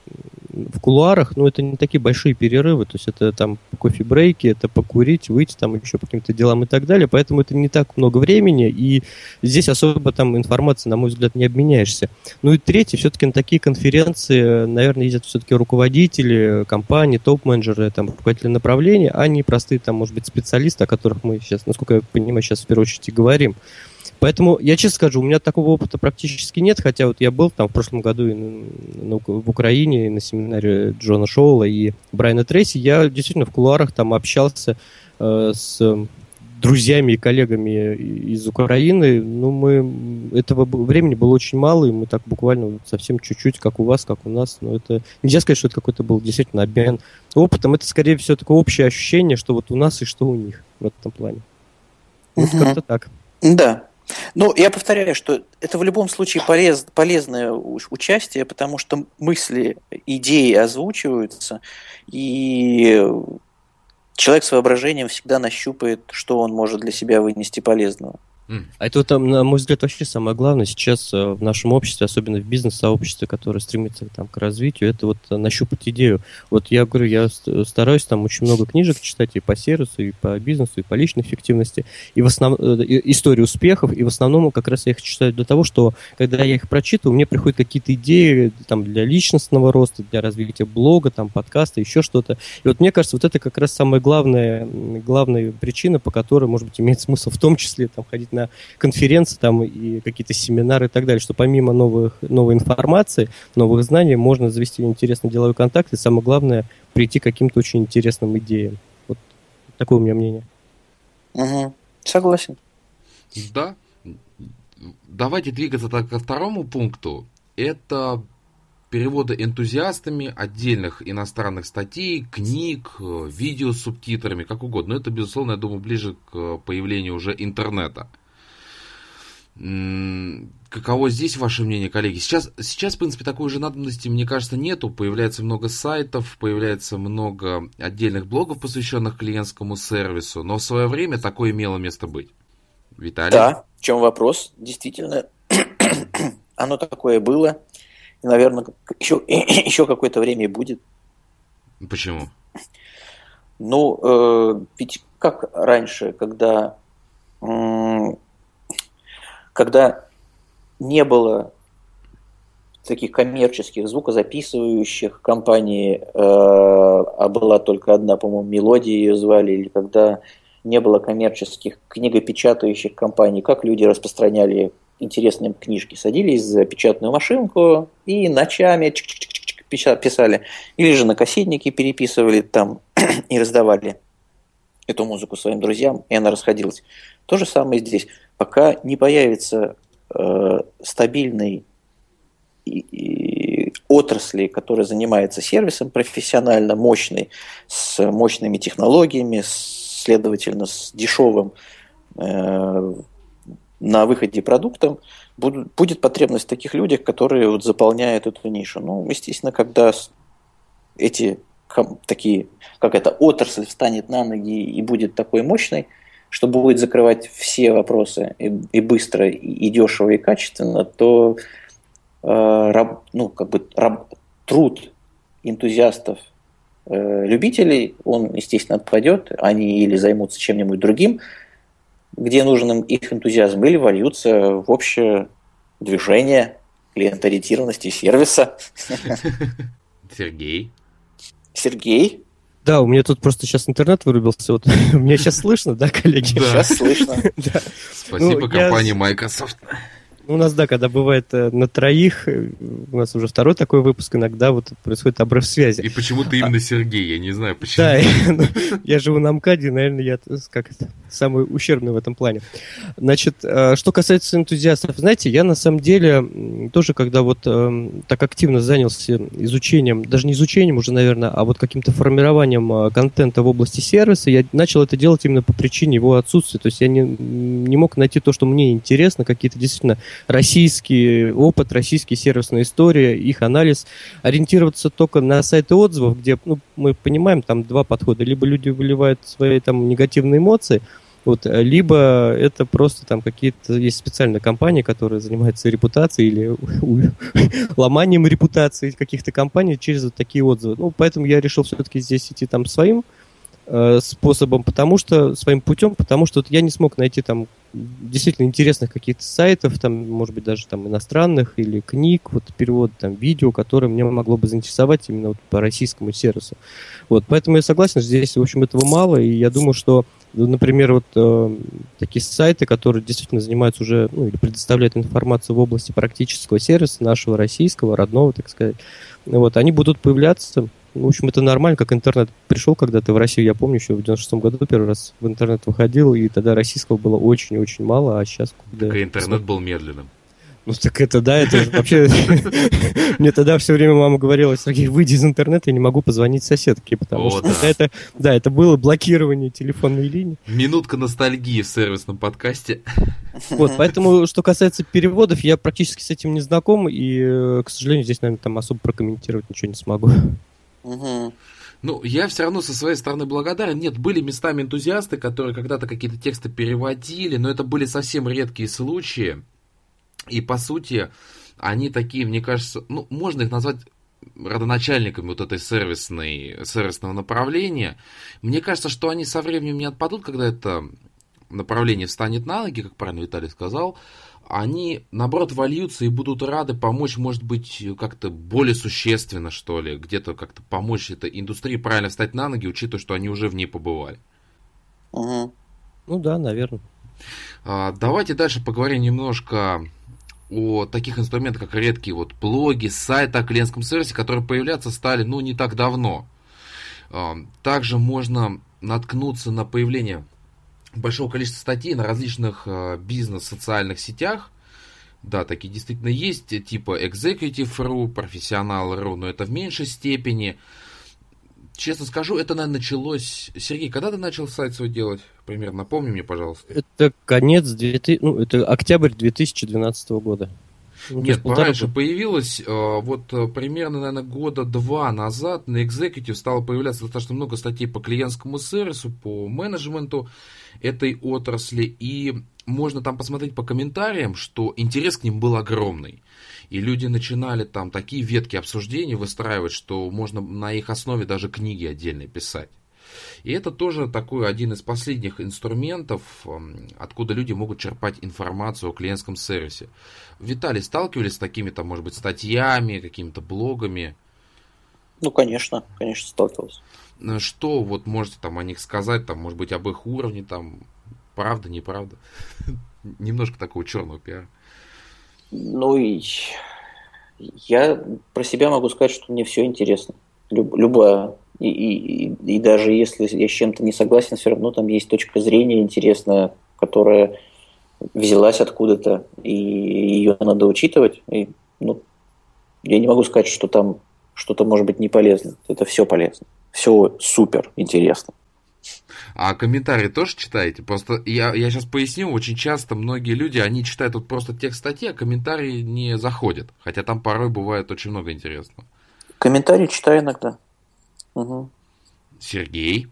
в кулуарах, это не такие большие перерывы, то есть это там кофе-брейки, это покурить, выйти там еще по каким-то делам и так далее, поэтому это не так много времени, и здесь особо там информации, на мой взгляд, не обменяешься. Ну и третье, все-таки на такие конференции, наверное, ездят все-таки руководители компаний, топ-менеджеры, там, руководители направления, а не простые, там, может быть, специалисты, о которых мы сейчас, насколько я понимаю, сейчас в первую очередь и говорим. Поэтому, я честно скажу, у меня такого опыта практически нет, хотя вот я был там в прошлом году в Украине на семинаре Джона Шоула и Брайана Трейси, я действительно в кулуарах там общался с друзьями и коллегами из Украины, этого времени было очень мало, и мы так буквально совсем чуть-чуть, как у вас, как у нас, но это нельзя сказать, что это какой-то был действительно обмен опытом, это скорее всего такое общее ощущение, что вот у нас и что у них в этом плане. Вот как-то так. Да. Я повторяю, что это в любом случае полезное участие, потому что мысли, идеи озвучиваются, и человек с воображением всегда нащупает, что он может для себя вынести полезного. А это, на мой взгляд, вообще самое главное сейчас в нашем обществе, особенно в бизнес-сообществе, которое стремится там к развитию, это вот нащупать идею. Вот я говорю, я стараюсь там очень много книжек читать и по сервису, и по бизнесу, и по личной эффективности, и в основном истории успехов, и в основном как раз я их читаю для того, что когда я их прочитываю, мне приходят какие-то идеи там для личностного роста, для развития блога, там подкаста, еще что-то. И вот мне кажется, вот это как раз самая главная причина, по которой, может быть, имеет смысл в том числе там ходить на конференции там, и какие-то семинары и так далее, что помимо новой информации, новых знаний, можно завести интересный деловой контакт и, самое главное, прийти к каким-то очень интересным идеям. Вот такое у меня мнение. Угу. Согласен. Да. Давайте двигаться так ко второму пункту. Это переводы энтузиастами отдельных иностранных статей, книг, видео с субтитрами, как угодно. Но это, безусловно, я думаю, ближе к появлению уже интернета. Каково здесь ваше мнение, коллеги? Сейчас, в принципе, такой же надобности, мне кажется, нету. Появляется много сайтов, появляется много отдельных блогов, посвященных клиентскому сервису. Но в свое время такое имело место быть. Виталий? Да, в чем вопрос? Действительно, оно такое было. И, наверное, еще какое-то время и будет. Почему? Ведь как раньше, когда не было таких коммерческих звукозаписывающих компаний, а была только одна, по-моему, Мелодия ее звали, или когда не было коммерческих книгопечатающих компаний, как люди распространяли интересные книжки? Садились за печатную машинку и ночами писали. Или же на кассетники переписывали там и раздавали эту музыку своим друзьям, и она расходилась. То же самое здесь. Пока не появится стабильной отрасли, которая занимается сервисом профессионально, мощной, с мощными технологиями, следовательно, с дешевым на выходе продуктом, будет потребность в таких людях, которые вот заполняют эту нишу. Ну, естественно, когда эти такие, как эта отрасль встанет на ноги и будет такой мощной, что будет закрывать все вопросы и быстро, и дешево, и качественно, то труд энтузиастов, любителей, он, естественно, отпадет, они или займутся чем-нибудь другим, где нужен им их энтузиазм, или вольются в общее движение клиент-ориентированности сервиса. Сергей? Да, у меня тут просто сейчас интернет вырубился. Вот. Меня сейчас слышно, да, коллеги? Да. Сейчас слышно. Да. Спасибо компании Microsoft. У нас, да, когда бывает на троих, у нас уже второй такой выпуск, иногда вот происходит обрыв связи. И почему-то именно Сергей, я не знаю почему. Да, я живу на МКАДе, наверное, я самый ущербный в этом плане. Значит, что касается энтузиастов, знаете, я на самом деле тоже, когда вот так активно занялся изучением, даже не изучением уже, наверное, а вот каким-то формированием контента в области сервиса, я начал это делать именно по причине его отсутствия. То есть я не мог найти то, что мне интересно, какие-то действительно российский опыт, российские сервисные истории, их анализ, ориентироваться только на сайты отзывов, где, мы понимаем, там два подхода. Либо люди выливают свои там негативные эмоции, либо это просто там какие-то есть специальные компании, которые занимаются репутацией или ломанием репутации каких-то компаний через вот такие отзывы. Поэтому я решил все-таки здесь идти там своим способом, своим путем, потому что я не смог найти там действительно интересных каких-то сайтов, там, может быть, даже там иностранных или книг, перевод там видео, которое мне могло бы заинтересовать именно по российскому сервису. Поэтому я согласен, что здесь, в общем, этого мало, и я думаю, что, например, такие сайты, которые действительно занимаются уже, или предоставляют информацию в области практического сервиса, нашего российского, родного, так сказать, они будут появляться. В общем, это нормально, как интернет пришел когда-то в Россию. Я помню, еще в 96-м году первый раз в интернет выходил, и тогда российского было очень-очень мало, а сейчас... Так и интернет был медленным. Так это вообще... Мне тогда все время мама говорила: Сергей, выйди из интернета, я не могу позвонить соседке, потому что это было блокирование телефонной линии. Минутка ностальгии в сервисном подкасте. Поэтому, что касается переводов, я практически с этим не знаком, и, к сожалению, здесь, наверное, там особо прокомментировать ничего не смогу. Я все равно со своей стороны благодарен. Нет, были местами энтузиасты, которые когда-то какие-то тексты переводили, но это были совсем редкие случаи. И, по сути, они такие, мне кажется, можно их назвать родоначальниками этой сервисного направления. Мне кажется, что они со временем не отпадут, когда это направление встанет на ноги, как правильно Виталий сказал. Они, наоборот, вольются и будут рады помочь, может быть, как-то более существенно, что ли, где-то как-то помочь этой индустрии правильно встать на ноги, учитывая, что они уже в ней побывали. Да, наверное. Давайте дальше поговорим немножко о таких инструментах, как редкие блоги, сайты о клиентском сервисе, которые появляться стали, не так давно. Также можно наткнуться на появление большого количества статей на различных бизнес-социальных сетях. Да, такие действительно есть, типа Executive.ru, Professional.ru, но это в меньшей степени. Честно скажу, это, наверное, началось... Сергей, когда ты начал сайт свой делать? Примерно напомни мне, пожалуйста. Это это октябрь 2012 года. Нет, пораньше появилось, примерно, наверное, года 2 назад на Executive стало появляться достаточно много статей по клиентскому сервису, по менеджменту этой отрасли, и можно там посмотреть по комментариям, что интерес к ним был огромный. И люди начинали там такие ветки обсуждений выстраивать, что можно на их основе даже книги отдельно писать. И это тоже такой один из последних инструментов, откуда люди могут черпать информацию о клиентском сервисе. Виталий, сталкивались с такими-то, может быть, статьями, какими-то блогами? Конечно сталкивался. Что вот можете там о них сказать, там, может быть, об их уровне, там, правда, неправда? Немножко такого черного пиара. Ну, и я про себя могу сказать, что мне все интересно. Любая. И даже если я с чем-то не согласен, все равно там есть точка зрения интересная, которая взялась откуда-то, и ее надо учитывать. И, ну, я не могу сказать, что там что-то может быть не полезно. Это все полезно. Все супер интересно. А комментарии тоже читаете? Просто я сейчас поясню, очень часто многие люди, они читают вот просто текст статьи, а комментарии не заходят. Хотя там порой бывает очень много интересного. Комментарии читаю иногда. Угу. Сергей?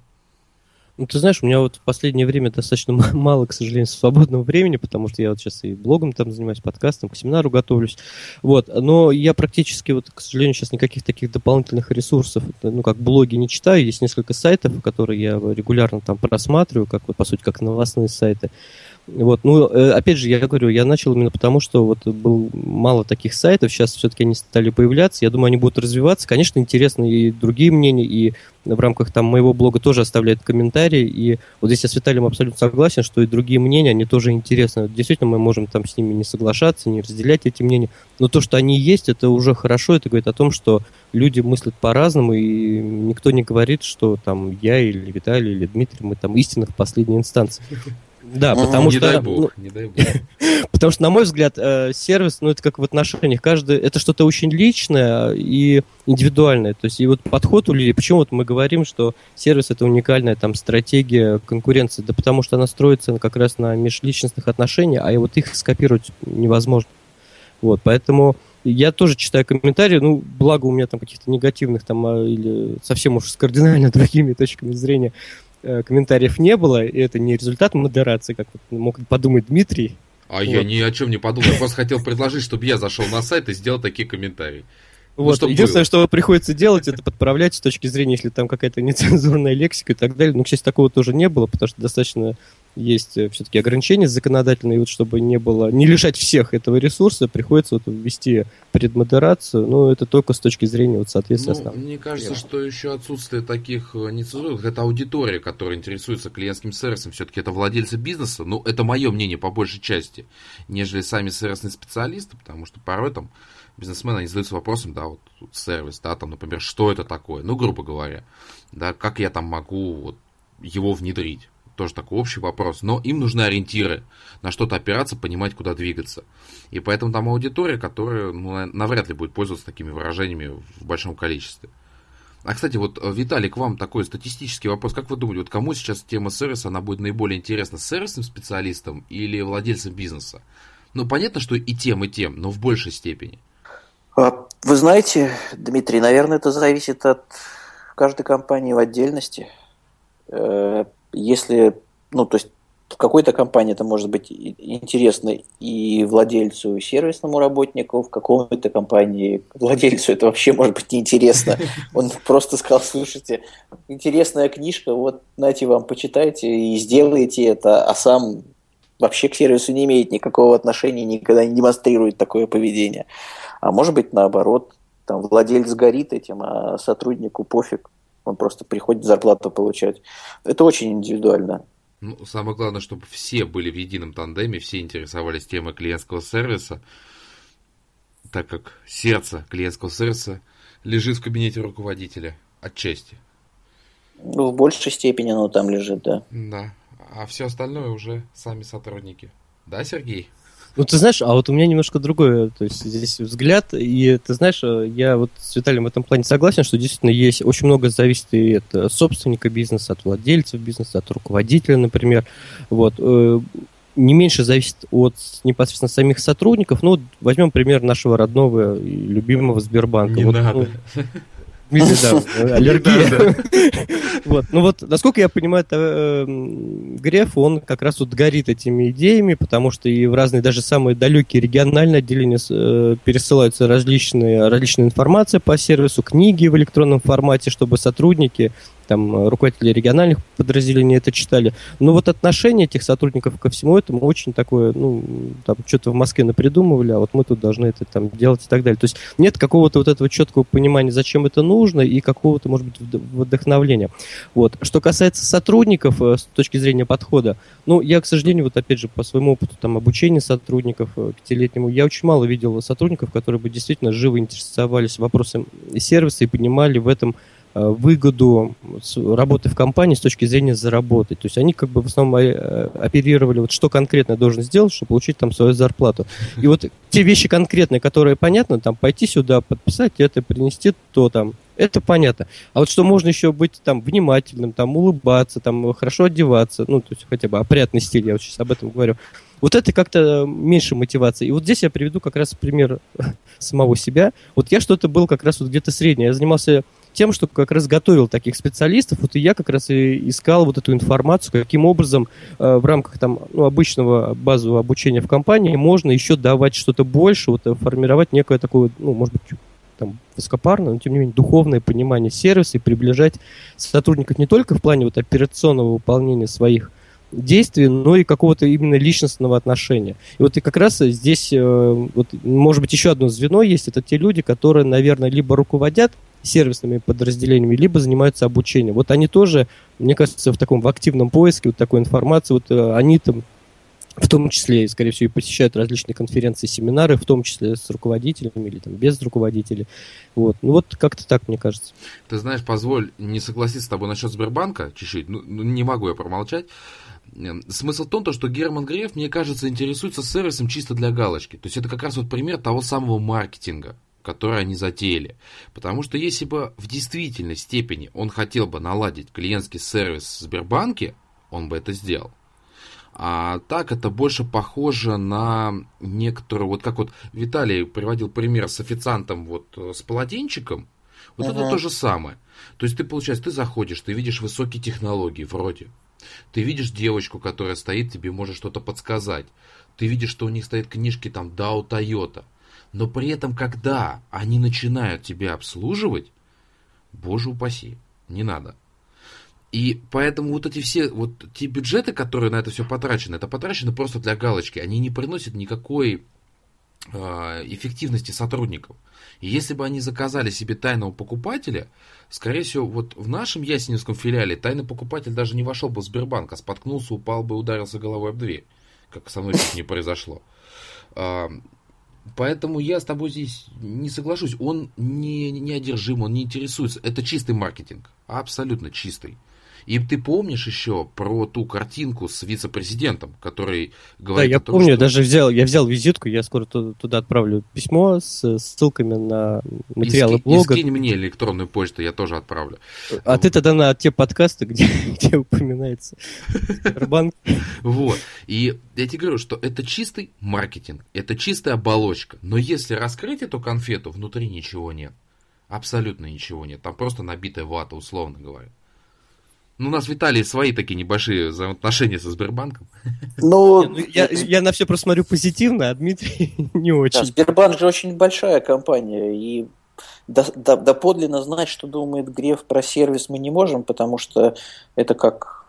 Ну, ты знаешь, у меня вот в последнее время достаточно мало, к сожалению, свободного времени, потому что я вот сейчас и блогом там занимаюсь, подкастом, к семинару готовлюсь. Вот. Но я практически, вот, к сожалению, сейчас никаких таких дополнительных ресурсов, ну, как блоги не читаю. Есть несколько сайтов, которые я регулярно там просматриваю, как, вот, по сути, как новостные сайты. Вот, ну, опять же, я говорю, я начал именно потому, что вот было мало таких сайтов, сейчас все-таки они стали появляться, я думаю, они будут развиваться. Конечно, интересны и другие мнения, и в рамках там моего блога тоже оставляют комментарии, и вот здесь я с Виталием абсолютно согласен, что и другие мнения, они тоже интересны. Действительно, мы можем там с ними не соглашаться, не разделять эти мнения, но то, что они есть, это уже хорошо, это говорит о том, что люди мыслят по-разному, и никто не говорит, что там я или Виталий или Дмитрий, мы там истинных в последней инстанции. Да, потому не что... Дай бог, не дай бог. Потому что, на мой взгляд, сервис, ну, это как в отношениях. Каждый, это что-то очень личное и индивидуальное. То есть, и вот подход у людей, почему вот мы говорим, что сервис – это уникальная там стратегия конкуренции? Да потому что она строится как раз на межличностных отношениях, а и вот их скопировать невозможно. Вот, поэтому я тоже читаю комментарии, ну, благо у меня там каких-то негативных там или совсем уж с кардинально другими точками зрения комментариев не было, и это не результат модерации, как мог подумать Дмитрий. А вот. Я ни о чем не подумал, я просто хотел предложить, чтобы я зашел на сайт и сделал такие комментарии. Вот. Ну, единственное, что приходится делать, это подправлять с точки зрения, если там какая-то нецензурная лексика и так далее. Ну, к счастью, такого тоже не было, потому что достаточно есть все-таки ограничения законодательные, вот чтобы не было, не лишать всех этого ресурса, приходится вот ввести предмодерацию, но это только с точки зрения вот соответствия основным. Мне кажется, что еще отсутствие таких нецензурных, это аудитория, которая интересуется клиентским сервисом, все-таки это владельцы бизнеса, ну, это мое мнение по большей части, нежели сами сервисные специалисты, потому что порой там бизнесмены, они задаются вопросом, да, вот сервис, да, там, например, что это такое, ну, грубо говоря, да, как я там могу вот его внедрить. Тоже такой общий вопрос, но им нужны ориентиры, на что-то опираться, понимать, куда двигаться. И поэтому там аудитория, которая навряд ли будет пользоваться такими выражениями в большом количестве. А, кстати, вот, Виталий, к вам такой статистический вопрос. Как вы думаете, вот кому сейчас тема сервиса, она будет наиболее интересна, сервисным специалистам или владельцам бизнеса? Ну, понятно, что и тем, но в большей степени. Вы знаете, Дмитрий, наверное, это зависит от каждой компании в отдельности. Если, ну, то есть в какой-то компании это может быть интересно и владельцу, и сервисному работнику, в какой-то компании владельцу это вообще может быть неинтересно. Он просто сказал, слушайте, интересная книжка, вот, знаете, вам почитайте и сделайте это, а сам вообще к сервису не имеет никакого отношения, никогда не демонстрирует такое поведение. А может быть, наоборот, там владелец горит этим, а сотруднику пофиг. Он просто приходит зарплату получать. Это очень индивидуально. Ну, самое главное, чтобы все были в едином тандеме, все интересовались темой клиентского сервиса, так как сердце клиентского сервиса лежит в кабинете руководителя отчасти. Ну, в большей степени оно там лежит, да. Да. А все остальное уже сами сотрудники. Да, Сергей? Ну, ты знаешь, а вот у меня немножко другой, то есть здесь взгляд, и ты знаешь, я вот с Виталием в этом плане согласен, что действительно есть, очень много зависит и от собственника бизнеса, от владельцев бизнеса, от руководителя, например, вот, не меньше зависит от непосредственно самих сотрудников, ну, возьмем пример нашего родного и любимого Сбербанка. Не вот, надо. Аллергия. Вот. Ну вот, насколько я понимаю, Греф, он как раз вот горит этими идеями, потому что и в разные, даже самые далекие региональные отделения пересылаются различная информация по сервису, книги в электронном формате, чтобы сотрудники там руководители региональных подразделений это читали. Но вот отношение этих сотрудников ко всему этому очень такое, ну, там что-то в Москве напридумывали, а вот мы тут должны это там делать и так далее. То есть нет какого-то вот этого четкого понимания, зачем это нужно, и какого-то, может быть, вдохновления. Вот. Что касается сотрудников с точки зрения подхода, ну, я, к сожалению, вот опять же, по своему опыту там обучения сотрудников пятилетнему, я очень мало видел сотрудников, которые бы действительно живо интересовались вопросом сервиса и понимали в этом выгоду работы в компании с точки зрения заработать. То есть они как бы в основном оперировали, вот что конкретно я должен сделать, чтобы получить там свою зарплату. И вот те вещи конкретные, которые понятно, там пойти сюда, подписать это, принести то там, это понятно. А вот что можно еще быть там внимательным, там улыбаться, там хорошо одеваться, ну, то есть хотя бы опрятный стиль, я вот сейчас об этом говорю. Вот это как-то меньше мотивации. И вот здесь я приведу как раз пример самого себя. Вот я что-то был как раз вот где-то среднее. Я занимался тем, что как раз готовил таких специалистов, вот и я как раз и искал вот эту информацию, каким образом в рамках там, ну, обычного базового обучения в компании можно еще давать что-то больше, вот формировать некое такое, ну, может быть, там, высокопарное, но тем не менее духовное понимание сервиса и приближать сотрудников не только в плане вот операционного выполнения своих действий, но и какого-то именно личностного отношения. И вот и как раз здесь, вот, может быть, еще одно звено есть, это те люди, которые, наверное, либо руководят сервисными подразделениями, либо занимаются обучением. Вот они тоже, мне кажется, в активном поиске вот такой информации, вот они там в том числе, скорее всего, и посещают различные конференции, семинары, в том числе с руководителями или там, без руководителей. Вот. Ну вот как-то так, мне кажется. Ты знаешь, позволь не согласиться с тобой насчет Сбербанка чуть-чуть, ну не могу я промолчать. Смысл в том, что Герман Греф, мне кажется, интересуется сервисом чисто для галочки. То есть это как раз вот пример того самого маркетинга, который они затеяли. Потому что если бы в действительной степени он хотел бы наладить клиентский сервис в Сбербанке, он бы это сделал. А так это больше похоже на некоторую, вот как вот Виталий приводил пример с официантом вот с полотенчиком, вот это то же самое. То есть ты, получается, ты заходишь, ты видишь высокие технологии вроде. Ты видишь девочку, которая стоит, тебе может что-то подсказать. Ты видишь, что у них стоят книжки там Dow, Toyota. Но при этом, когда они начинают тебя обслуживать, боже упаси, не надо. И поэтому вот эти все, вот те бюджеты, которые на это все потрачены, это потрачено просто для галочки. Они не приносят никакой эффективности сотрудников. И если бы они заказали себе тайного покупателя, скорее всего, вот в нашем ясеневском филиале тайный покупатель даже не вошел бы в Сбербанк, а споткнулся, упал бы, ударился головой об дверь, как со мной чуть не произошло. Поэтому я с тобой здесь не соглашусь. Он не одержим, он не интересуется. Это чистый маркетинг, абсолютно чистый. И ты помнишь еще про ту картинку с вице-президентом, который говорит... Да, я том, помню, что... даже я взял визитку, я скоро туда отправлю письмо с ссылками на материалы блога. И скинь мне электронную почту, я тоже отправлю. А ты тогда на те подкасты, где упоминается Сбербанк. Вот. И я тебе говорю, что это чистый маркетинг, это чистая оболочка. Но если раскрыть эту конфету, внутри ничего нет. Абсолютно ничего нет. Там просто набитая вата, условно говоря. Ну, у нас, Виталий, свои такие небольшие взаимоотношения со Сбербанком. Ну, я на все просто смотрю позитивно, а Дмитрий не очень. Да, Сбербанк же очень большая компания, и доподлинно знать, что думает Греф про сервис, мы не можем, потому что это как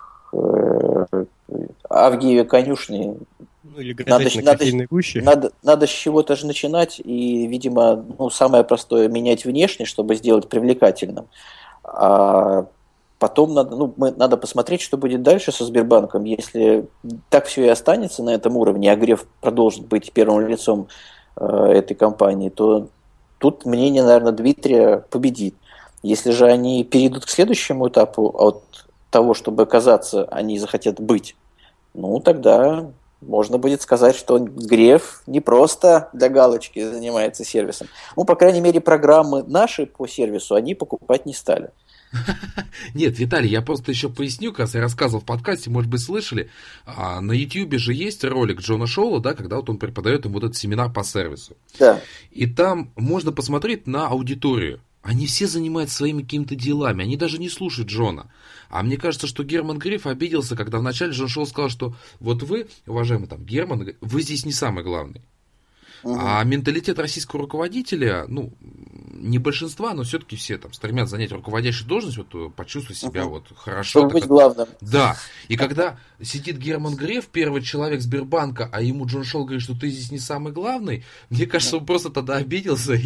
Авгиеве конюшни. Ну, или гадать на кофейной гуще. Надо с чего-то же начинать, и, видимо, самое простое менять внешне, чтобы сделать привлекательным. А потом надо посмотреть, что будет дальше со Сбербанком. Если так все и останется на этом уровне, а Греф продолжит быть первым лицом этой компании, то тут мнение, наверное, Дмитрия победит. Если же они перейдут к следующему этапу, от того, чтобы оказаться, они захотят быть, тогда можно будет сказать, что Греф не просто для галочки занимается сервисом. По крайней мере, программы наши по сервису они покупать не стали. Нет, Виталий, я просто еще поясню, как я рассказывал в подкасте, может быть, слышали, на Ютьюбе же есть ролик Джона Шоула, да, когда вот он преподает им вот этот семинар по сервису. Да. И там можно посмотреть на аудиторию. Они все занимаются своими какими-то делами, они даже не слушают Джона. А мне кажется, что Герман Греф обиделся, когда вначале Джон Шоул сказал, что вот вы, уважаемый там Герман, вы здесь не самый главный. А менталитет российского руководителя, не большинства, но все-таки все там стремятся занять руководящую должность, вот почувствовать себя вот хорошо. Чтобы быть главным. Да, и когда сидит Герман Греф, первый человек Сбербанка, а ему Джон Шол говорит, что ты здесь не самый главный, мне кажется, он просто тогда обиделся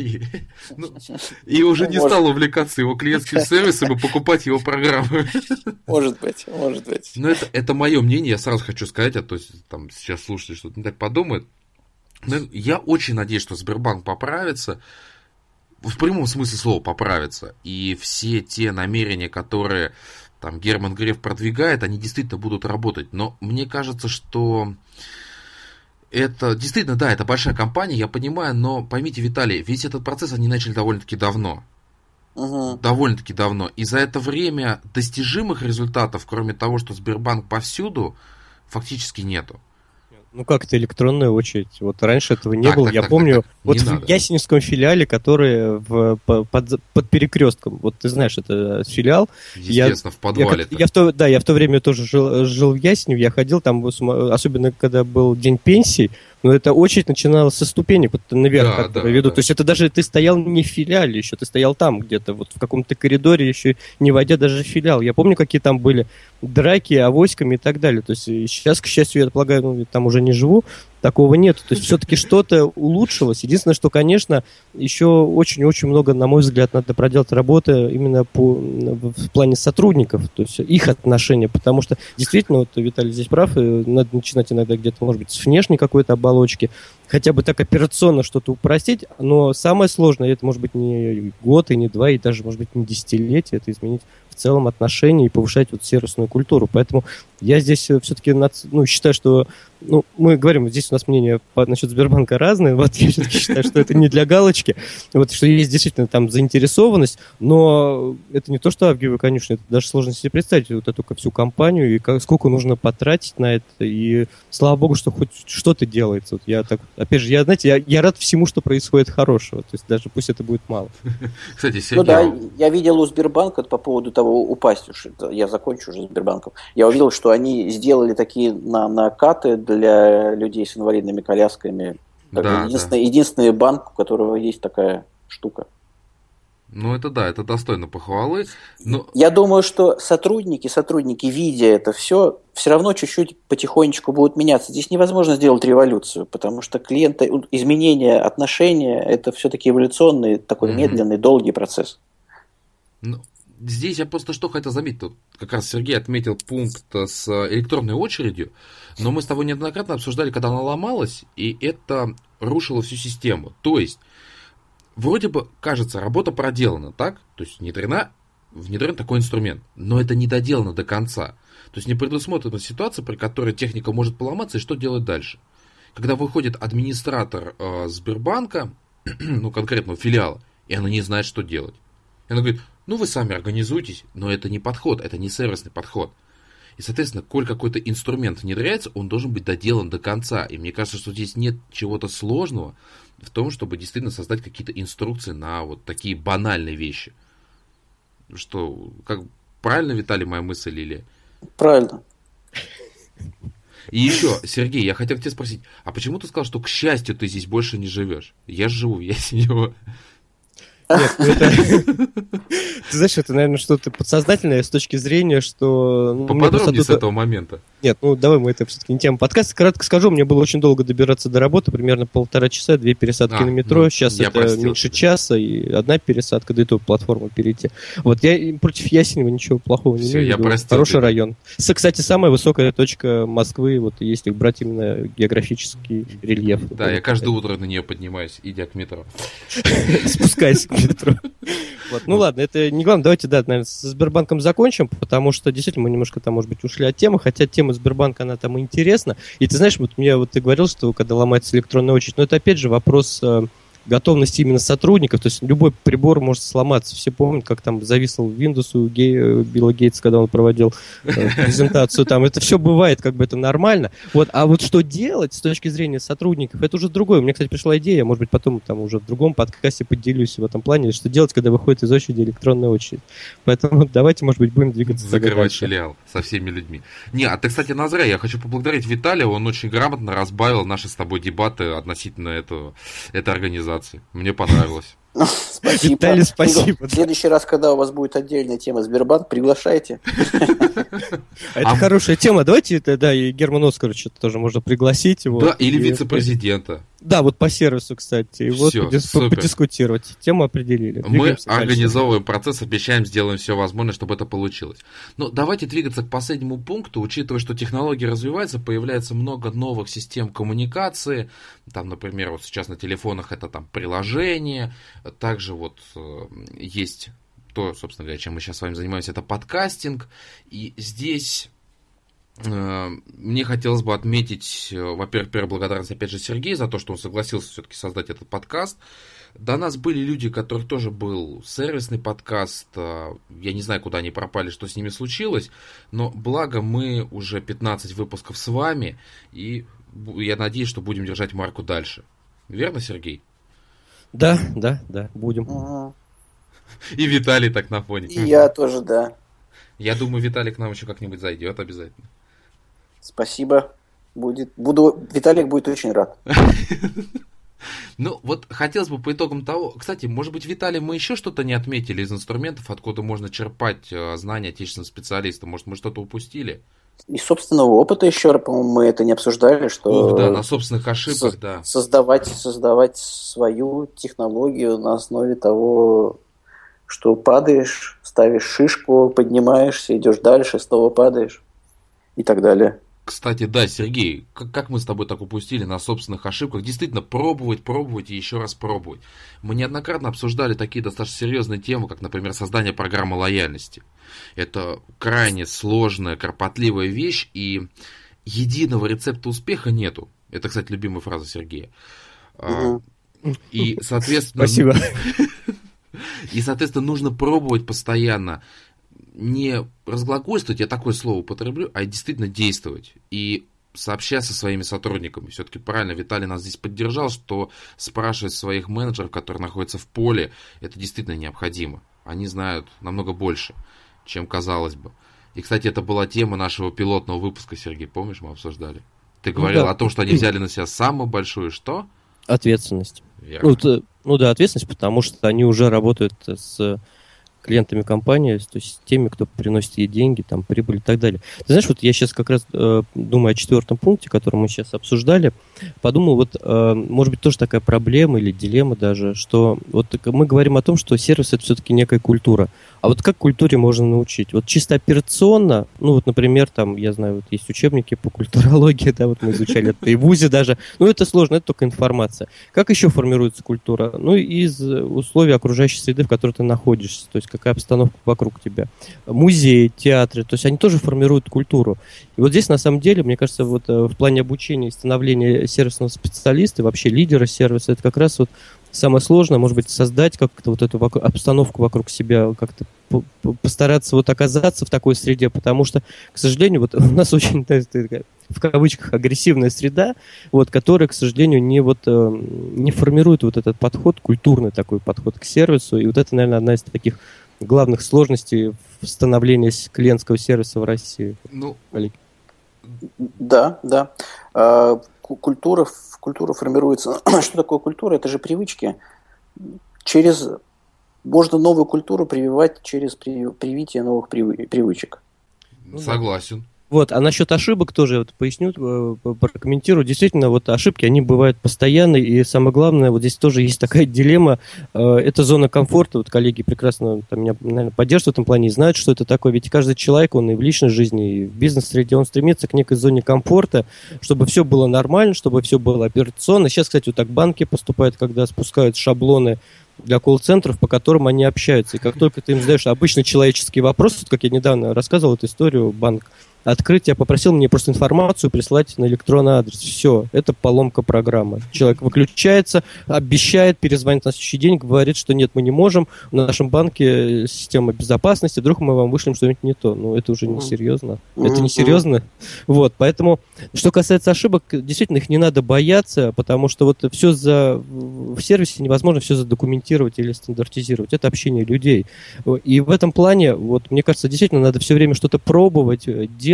и уже не стал увлекаться его клиентским сервисом и покупать его программы. Может быть. Но это мое мнение, я сразу хочу сказать, а то там сейчас слушатели что-то не так подумают. Но я очень надеюсь, что Сбербанк поправится, в прямом смысле слова поправится, и все те намерения, которые там Герман Греф продвигает, они действительно будут работать. Но мне кажется, что это действительно, да, это большая компания, я понимаю, но поймите, Виталий, весь этот процесс они начали довольно-таки давно. Довольно-таки давно. И за это время достижимых результатов, кроме того, что Сбербанк повсюду, фактически нету. Ну как это электронная очередь? Вот раньше этого не было. Я помню, вот в Ясеневском филиале, который под Перекрестком, вот ты знаешь, это филиал. Естественно, в подвале. Я в то время тоже жил в Ясеневе, я ходил там, особенно когда был день пенсий, но эта очередь начиналась со ступенек, вот наверх, ведут. То есть это даже ты стоял не в филиале еще, ты стоял там где-то, вот в каком-то коридоре, еще не войдя даже в филиал. Я помню, какие там были драки, авоськами и так далее. То есть сейчас, к счастью, я полагаю, там уже не живу, такого нет. То есть все-таки что-то улучшилось. Единственное, что, конечно, еще очень-очень много, на мой взгляд, надо проделать работы именно в плане сотрудников, то есть их отношения, потому что действительно, вот Виталий здесь прав, надо начинать иногда где-то, может быть, с внешней какой-то оболочки, хотя бы так операционно что-то упростить, но самое сложное, это может быть не год и не два, и даже, может быть, не десятилетие, это изменить в целом отношения и повышать вот сервисную культуру. Поэтому я здесь все-таки считаю, что мы говорим, здесь у нас мнения насчет Сбербанка разные, вот я все-таки считаю, что это не для галочки, вот, что есть действительно там заинтересованность, но это не то, что Авгиевы конюшни, это даже сложно себе представить вот эту всю компанию и сколько нужно потратить на это, и слава богу, что хоть что-то делается. Вот я так, опять же, я рад всему, что происходит хорошего, то есть даже пусть это будет мало. Кстати, Сергей... я видел у Сбербанка по поводу того, упасть уж, я закончу уже Сбербанком, я увидел, что они сделали такие накаты для людей с инвалидными колясками. Единственный банк, у которого есть такая штука. Ну, это достойно похвалы. Но... Я думаю, что сотрудники, видя это все равно чуть-чуть потихонечку будут меняться. Здесь невозможно сделать революцию, потому что изменение отношения – это все-таки эволюционный, такой медленный, долгий процесс. Ну, здесь я просто что хотел заметить. Тут как раз Сергей отметил пункт с электронной очередью, но мы с тобой неоднократно обсуждали, когда она ломалась, и это рушило всю систему. То есть, вроде бы, кажется, работа проделана, так? То есть, внедрен такой инструмент, но это не доделано до конца. То есть, не предусмотрена ситуация, при которой техника может поломаться, и что делать дальше? Когда выходит администратор Сбербанка, конкретного филиала, и она не знает, что делать. И она говорит, вы сами организуйтесь, но это не подход, это не сервисный подход. И, соответственно, коль какой-то инструмент внедряется, он должен быть доделан до конца. И мне кажется, что здесь нет чего-то сложного в том, чтобы действительно создать какие-то инструкции на вот такие банальные вещи. Что, правильно, Виталий, моя мысль или... Правильно. И еще, Сергей, я хотел тебя спросить, а почему ты сказал, что, к счастью, ты здесь больше не живешь? Я живу в Ясенево. Нет, ты знаешь, это, наверное, что-то подсознательное с точки зрения, что... Поподробнее с этого момента. Нет, давай мы это все-таки не тема подкаста. Кратко скажу, мне было очень долго добираться до работы, примерно 1,5 часа, 2 пересадки на метро. Сейчас это меньше часа и 1 пересадка, да и то платформу перейти. Вот, я против Ясенева ничего плохого не имею. Хороший район. Кстати, самая высокая точка Москвы, вот если брать именно географический рельеф. Да, я каждое утро на нее поднимаюсь, идя к метро. Спускайся к метро. Ладно, это не главное. Давайте, наверное, с Сбербанком закончим, потому что действительно мы немножко там, может быть, ушли от темы, хотя тема Сбербанка, она там интересна. И ты знаешь, ты говорил, что когда ломается электронная очередь, но это опять же вопрос готовности именно сотрудников, то есть любой прибор может сломаться. Все помнят, как там зависел Windows у Билла Гейтса, когда он проводил презентацию там. Это все бывает, это нормально. А вот что делать с точки зрения сотрудников, это уже другое. У меня, кстати, пришла идея, может быть, потом там уже в другом подкасте поделюсь в этом плане, что делать, когда выходит из очереди электронная очередь. Поэтому давайте, может быть, будем двигаться. Закрывать филиал со всеми людьми. Ты, кстати, Назря, я хочу поблагодарить Виталия, он очень грамотно разбавил наши с тобой дебаты относительно этой организации. Мне понравилось. Спасибо. Виталий, спасибо. В следующий раз, когда у вас будет отдельная тема Сбербанк, приглашайте. Это хорошая тема. Давайте, да, и Германа Оскаровича тоже можно пригласить. Да, или вице-президента. Да, вот по сервису, кстати. И вот подискутировать. Тему определили. Мы организовываем процесс, обещаем, сделаем все возможное, чтобы это получилось. Но давайте двигаться к последнему пункту. Учитывая, что технологии развиваются, появляется много новых систем коммуникации. Там, например, вот сейчас на телефонах это там приложение. Также вот есть то, собственно говоря, чем мы сейчас с вами занимаемся, это подкастинг. И здесь мне хотелось бы отметить, во-первых, первую благодарность, опять же, Сергею за то, что он согласился все-таки создать этот подкаст. До нас были люди, у которых тоже был сервисный подкаст. Я не знаю, куда они пропали, что с ними случилось. Но благо мы уже 15 выпусков с вами. И я надеюсь, что будем держать марку дальше. Верно, Сергей? Да, будем. И Виталий так на фоне. И я тоже, да. Я думаю, Виталий к нам еще как-нибудь зайдет обязательно. Спасибо. Виталик будет очень рад. Ну, вот хотелось бы по итогам того... Кстати, может быть, Виталий, мы еще что-то не отметили из инструментов, откуда можно черпать знания отечественного специалиста? Может, мы что-то упустили? Из собственного опыта еще, по-моему, мы это не обсуждали, что... Да, на собственных ошибках, да. Создавать свою технологию на основе того, что падаешь, ставишь шишку, поднимаешься, идешь дальше, снова падаешь и так далее. Кстати, да, Сергей, как мы с тобой так упустили на собственных ошибках? Действительно, пробовать и еще раз пробовать. Мы неоднократно обсуждали такие достаточно серьезные темы, как, например, создание программы лояльности. Это крайне сложная, кропотливая вещь, и единого рецепта успеха нету. Это, кстати, любимая фраза Сергея. И, соответственно... Спасибо. И, соответственно, нужно пробовать постоянно. Не разглагольствовать, я такое слово употреблю, а действительно действовать. И сообщаться со своими сотрудниками. Все-таки правильно Виталий нас здесь поддержал, что спрашивать своих менеджеров, которые находятся в поле, это действительно необходимо. Они знают намного больше, чем казалось бы. И, кстати, это была тема нашего пилотного выпуска, Сергей, помнишь, мы обсуждали? Ты говорил о том, что они взяли на себя самую большую что? Ответственность. Ответственность, потому что они уже работают с клиентами компании, то есть с теми, кто приносит ей деньги, там, прибыль и так далее. Ты знаешь, вот я сейчас как раз думаю о 4 пункте, который мы сейчас обсуждали, подумал, вот, может быть, тоже такая проблема или дилемма даже, что вот мы говорим о том, что сервис — это все-таки некая культура. А вот как культуре можно научить? Вот чисто операционно, ну вот, например, там, я знаю, вот есть учебники по культурологии, да, вот мы изучали это и в ВУЗе даже, ну это сложно, это только информация. Как еще формируется культура? Ну, из условий окружающей среды, в которой ты находишься, то есть какая обстановка вокруг тебя. Музеи, театры, то есть они тоже формируют культуру. И вот здесь, на самом деле, мне кажется, вот в плане обучения и становления сервисного специалиста, вообще лидера сервиса, это как раз вот самое сложное, может быть, создать как-то вот эту обстановку вокруг себя, как-то постараться вот оказаться в такой среде, потому что, к сожалению, вот у нас очень, в кавычках, агрессивная среда, вот, которая, к сожалению, не формирует вот этот подход, культурный такой подход к сервису, и вот это, наверное, одна из таких главных сложностей в становлении клиентского сервиса в России. Ну, да. Культура формируется. Что такое культура? Это же привычки. Можно новую культуру прививать через привитие новых привычек. Согласен. Вот, а насчет ошибок тоже вот поясню, прокомментирую. Действительно, вот ошибки, они бывают постоянно, и самое главное, вот здесь тоже есть такая дилемма, это зона комфорта, вот коллеги прекрасно меня, наверное, поддерживают в этом плане и знают, что это такое, ведь каждый человек, он и в личной жизни, и в бизнес-среде, он стремится к некой зоне комфорта, чтобы все было нормально, чтобы все было операционно. Сейчас, кстати, вот так банки поступают, когда спускают шаблоны для колл-центров, по которым они общаются. И как только ты им задаешь обычный человеческий вопрос, вот как я недавно рассказывал эту историю, банк открытия попросил мне просто информацию прислать на электронный адрес. Все, это поломка программы. Человек выключается, обещает, перезвонит на следующий день, говорит, что нет, мы не можем, в нашем банке система безопасности, вдруг мы вам вышлем что-нибудь не то. Ну, это уже не серьезно. Это не серьезно. Вот, поэтому, что касается ошибок, действительно, их не надо бояться, потому что вот в сервисе невозможно все задокументировать или стандартизировать. Это общение людей. И в этом плане, вот, мне кажется, действительно, надо все время что-то пробовать, делать,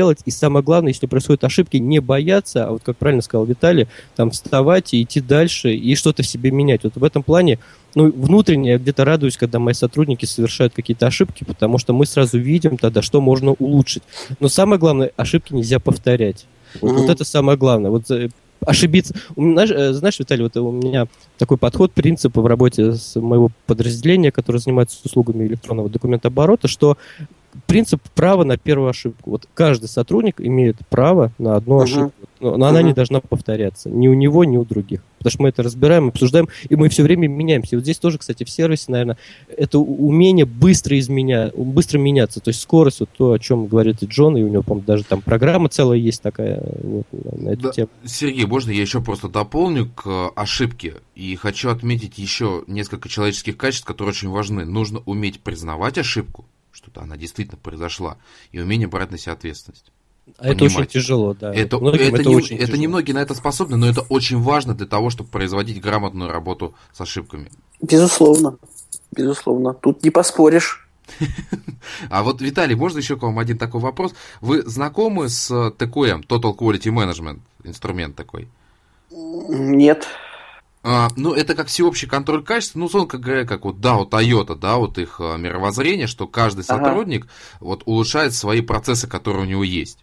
делать. И самое главное, если происходят ошибки, не бояться, а вот как правильно сказал Виталий, там вставать и идти дальше и что-то в себе менять. Вот в этом плане, ну, внутренне я где-то радуюсь, когда мои сотрудники совершают какие-то ошибки, потому что мы сразу видим тогда, что можно улучшить. Но самое главное, ошибки нельзя повторять. Вот это самое главное. Вот ошибиться. Знаешь, Виталий, вот у меня такой подход, принцип в работе с моего подразделения, которое занимается услугами электронного документооборота, что принцип права на первую ошибку. Вот каждый сотрудник имеет право на одну ошибку, но она не должна повторяться ни у него, ни у других. Потому что мы это разбираем, обсуждаем, и мы все время меняемся. И вот здесь тоже, кстати, в сервисе, наверное, это умение быстро меняться. То есть скорость, вот то, о чем говорит и Джон, и у него, по-моему, даже там программа целая есть такая вот, на эту тему. Сергей, можно я еще просто дополню к ошибке? И хочу отметить еще несколько человеческих качеств, которые очень важны. Нужно уметь признавать ошибку, что-то она действительно произошла, и умение брать на себя ответственность. А это очень тяжело, да. Это немногие на это способны, но это очень важно для того, чтобы производить грамотную работу с ошибками. Безусловно. Тут не поспоришь. А вот, Виталий, можно еще к вам один такой вопрос? Вы знакомы с TQM, Total Quality Management, инструмент такой? Нет. Ну, это как всеобщий контроль качества, ну, условно говоря, как вот DAO Toyota, да, вот их мировоззрение, что каждый сотрудник вот улучшает свои процессы, которые у него есть.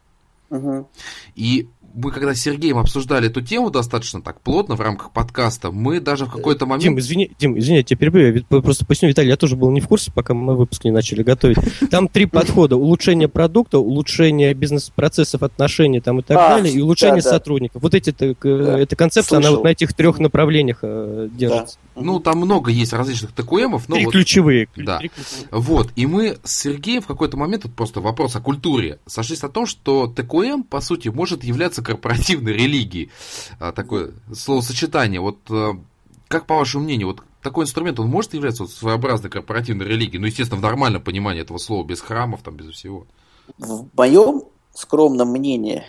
И мы, когда с Сергеем обсуждали эту тему достаточно так плотно в рамках подкаста, мы даже в какой-то момент... Дим, извини, я тебя перебью, я просто поясню, Виталий, я тоже был не в курсе, пока мы выпуск не начали готовить. Там 3 подхода: улучшение продукта, улучшение бизнес-процессов, отношений там и так далее, и улучшение сотрудников. Вот эта концепция, она вот на этих 3 направлениях держится. Ну, там много есть различных ТКМов. 3 ключевые. Да. Вот, и мы с Сергеем в какой-то момент, вот просто вопрос о культуре, сошлись о том, что ТКМ, по сути, может являться корпоративной религией. Такое словосочетание. Вот как по вашему мнению, вот такой инструмент, он может являться вот своеобразной корпоративной религией? Ну, естественно, в нормальном понимании этого слова, без храмов, там, без всего. В моем скромном мнении,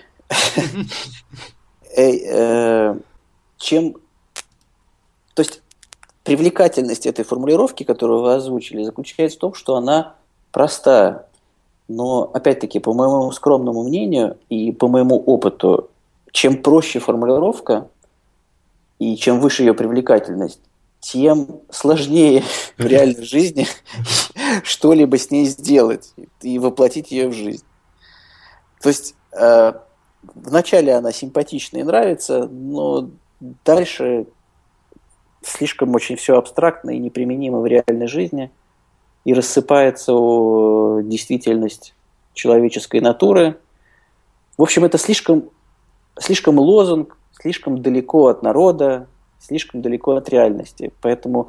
то есть привлекательность этой формулировки, которую вы озвучили, заключается в том, что она простая. Но, опять-таки, по моему скромному мнению и по моему опыту, чем проще формулировка и чем выше ее привлекательность, тем сложнее в реальной жизни что-либо с ней сделать и воплотить ее в жизнь. То есть вначале она симпатична и нравится, но дальше слишком очень все абстрактно и неприменимо в реальной жизни, и рассыпается действительность человеческой натуры. В общем, это слишком лозунг, слишком далеко от народа, слишком далеко от реальности. Поэтому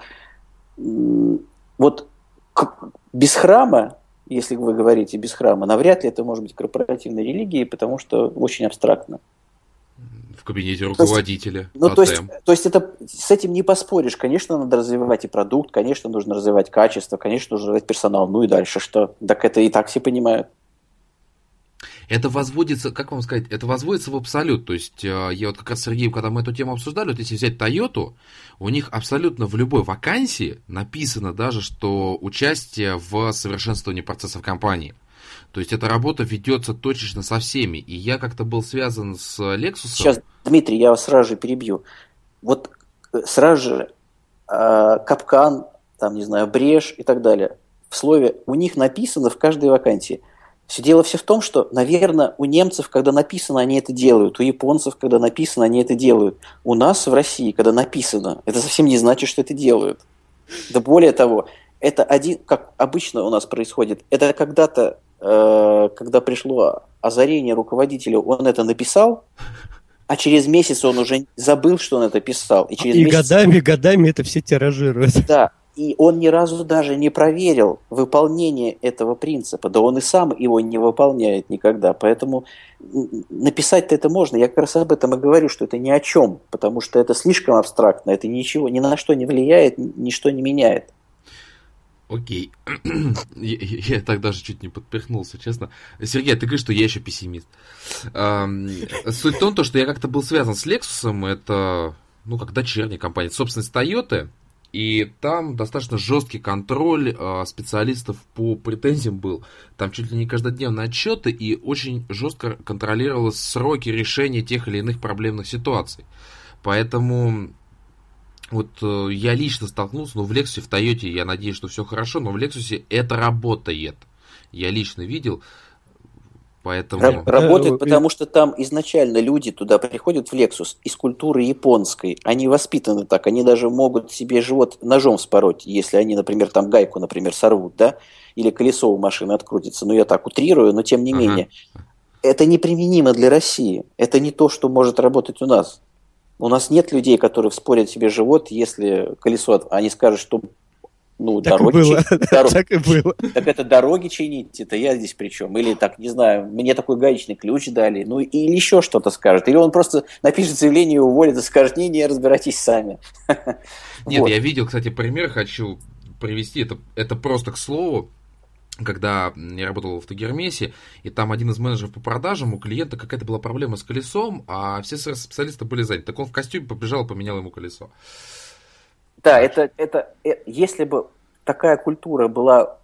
вот без храма, если вы говорите без храма, навряд ли это может быть корпоративной религией, потому что очень абстрактно. В кабинете руководителя. То есть это, с этим не поспоришь. Конечно, надо развивать и продукт, конечно, нужно развивать качество, конечно, нужно развивать персонал. Ну и дальше что? Так это и так все понимают. Это возводится, как вам сказать, это возводится в абсолют. То есть, я вот как раз с Сергеем, когда мы эту тему обсуждали, вот если взять Toyota, у них абсолютно в любой вакансии написано даже, что участие в совершенствовании процессов компании. То есть эта работа ведется точечно со всеми. И я как-то был связан с Lexus. Сейчас, Дмитрий, я вас сразу же перебью. Вот сразу же капкан, там, не знаю, брешь и так далее. В слове у них написано в каждой вакансии. Дело все в том, что, наверное, у немцев, когда написано, они это делают. У японцев, когда написано, они это делают. У нас в России, когда написано, это совсем не значит, что это делают. Да более того, это как обычно у нас происходит, это когда-то, когда пришло озарение руководителю, он это написал, а через месяц он уже забыл, что он это писал. И годами это все тиражируют. Да, и он ни разу даже не проверил выполнение этого принципа. Да он и сам его не выполняет никогда. Поэтому написать-то это можно. Я как раз об этом и говорю, что это ни о чем, потому что это слишком абстрактно, это ничего, ни на что не влияет, ничто не меняет. Окей. Я так даже чуть не подпихнулся, честно. Сергей, ты говоришь, что я еще пессимист. Суть в том, что я как-то был связан с Lexus, это, как дочерняя компания, собственность Toyota, И там достаточно жесткий контроль специалистов по претензиям был. Там чуть ли не каждодневные отчеты, и очень жестко контролировалось сроки решения тех или иных проблемных ситуаций. Поэтому вот я лично столкнулся, в Lexus, в Toyota я надеюсь, что все хорошо, но в Lexus это работает. Я лично видел. Поэтому... Работает, потому что там изначально люди туда приходят в Lexus из культуры японской. Они воспитаны так, они даже могут себе живот ножом вспороть, если они, например, там гайку, например, сорвут, да, или колесо у машины открутится. Ну, я так утрирую, но тем не менее. Это неприменимо для России. Это не то, что может работать у нас. У нас нет людей, которые вспорят себе живот, если колесо... Они скажут, что так дороги и было. Так и было. Так это дороги чинить, это я здесь при чем? Или так, не знаю, мне такой гаечный ключ дали, или еще что-то скажет. Или он просто напишет заявление, уволит и скажет, не, разбирайтесь сами. Нет, вот. Я видел, кстати, пример, хочу привести, это просто к слову. Когда я работал в Автогермесе, и там один из менеджеров по продажам, у клиента какая-то была проблема с колесом, а все специалисты были заняты. Так он в костюме побежал и поменял ему колесо. Да, если бы такая культура была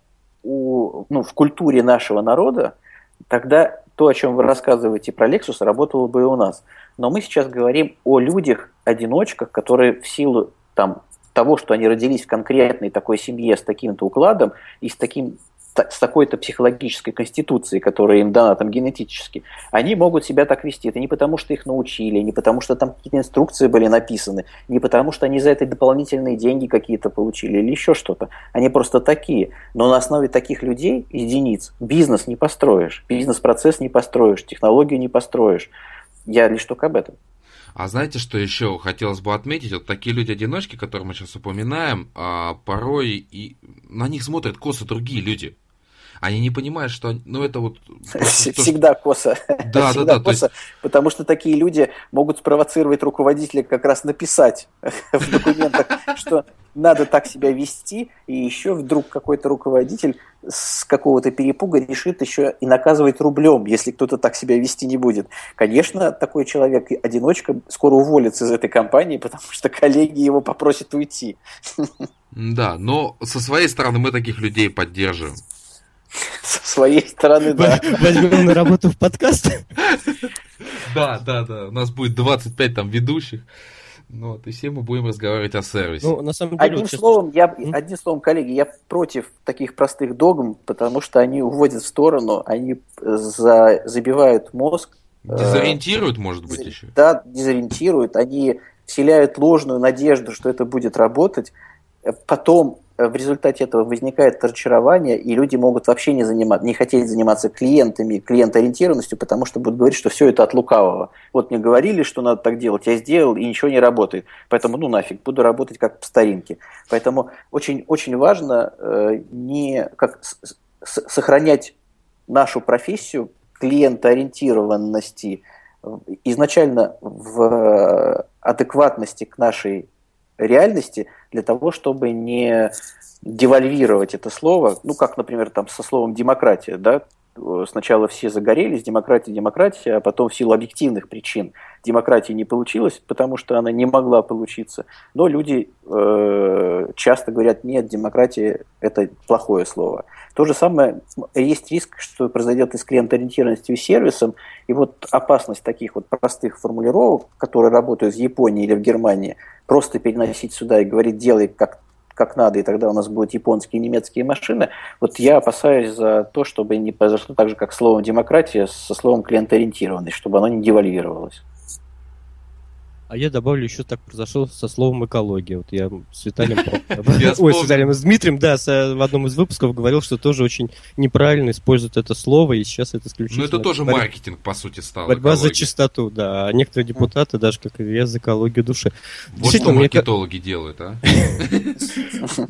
в культуре нашего народа, тогда то, о чем вы рассказываете про Lexus, работало бы и у нас. Но мы сейчас говорим о людях-одиночках, которые в силу того, что они родились в конкретной такой семье с таким-то укладом и с такой-то психологической конституцией, которая им дана там генетически, они могут себя так вести. Это не потому, что их научили, не потому, что там какие-то инструкции были написаны, не потому, что они за это дополнительные деньги какие-то получили или еще что-то. Они просто такие. Но на основе таких людей, единиц, бизнес не построишь, бизнес-процесс не построишь, технологию не построишь. Я лишь только об этом. А знаете, что еще хотелось бы отметить? Вот такие люди-одиночки, которые мы сейчас упоминаем, порой и на них смотрят косо другие люди. Они не понимают, что... это вот... Всегда косо. Да, да. Косо, потому что такие люди могут спровоцировать руководителя как раз написать в документах, что надо так себя вести, и еще вдруг какой-то руководитель с какого-то перепуга решит еще и наказывать рублем, если кто-то так себя вести не будет. Конечно, такой человек-одиночка скоро уволится из этой компании, потому что коллеги его попросят уйти. Да, но со своей стороны мы таких людей поддерживаем. Со своей стороны, да. Возьмем на работу в подкаст. Да. У нас будет 25 там ведущих. И все мы будем разговаривать о сервисе. На самом деле, одним словом, коллеги, я против таких простых догм, потому что они уводят в сторону, они забивают мозг. Дезориентируют, может быть, еще? Да, дезориентируют. Они вселяют ложную надежду, что это будет работать. Потом в результате этого возникает разочарование, и люди могут вообще не хотеть заниматься клиентоориентированностью, потому что будут говорить, что все это от лукавого. Вот мне говорили, что надо так делать, я сделал, и ничего не работает. Поэтому нафиг, буду работать как по старинке. Поэтому очень, очень важно сохранять нашу профессию клиентоориентированности изначально в адекватности к нашей реальности, для того, чтобы не девальвировать это слово, как, например, со словом демократия, да, сначала все загорелись, демократия, а потом в силу объективных причин демократии не получилось, потому что она не могла получиться, но люди часто говорят, нет, демократия – это плохое слово. То же самое, есть риск, что произойдет и с клиентоориентированностью и сервисом, и опасность таких простых формулировок, которые работают в Японии или в Германии, просто переносить сюда и говорить, делай как надо, и тогда у нас будут японские и немецкие машины. Я опасаюсь за то, чтобы не произошло так же, как словом демократия со словом клиентоориентированность, чтобы оно не девальвировалось. А я добавлю, еще так произошло со словом экология. Я с Виталием... с Дмитрием, в одном из выпусков говорил, что тоже очень неправильно используют это слово, и сейчас это исключительно... это тоже маркетинг, по сути, стал. Борьба за чистоту, да. А некоторые депутаты, даже как и я, за экологию души. Вот что маркетологи делают, а?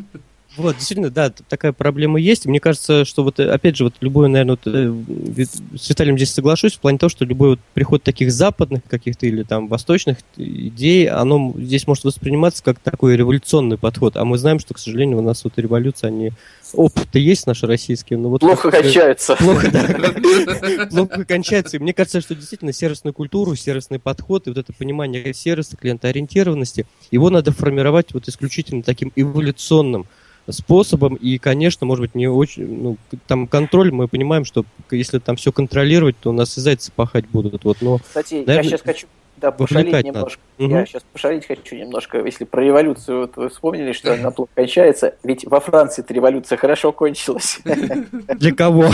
Вот, действительно, да, такая проблема есть. Мне кажется, что вот, опять же, вот любое, наверное, вот, с Виталием здесь соглашусь, в плане того, что любой вот приход таких западных каких-то или там восточных идей, оно здесь может восприниматься как такой революционный подход. А мы знаем, что, к сожалению, у нас вот революция, они... Опыт-то есть наши российские, но вот... Плохо кончаются. Плохо, да. Плохо кончается. И мне кажется, что действительно сервисную культуру, сервисный подход и вот это понимание сервиса, клиентоориентированности, его надо формировать вот исключительно таким эволюционным способом, и, конечно, может быть, не очень, ну, там контроль, мы понимаем, что если там все контролировать, то у нас и зайцы пахать будут, вот, но... Кстати, наверное, я сейчас хочу пошалить немножко. Я сейчас пошалить хочу немножко, если про революцию, вот вы вспомнили, что она плохо кончается, ведь во Франции-то революция хорошо кончилась. Для кого?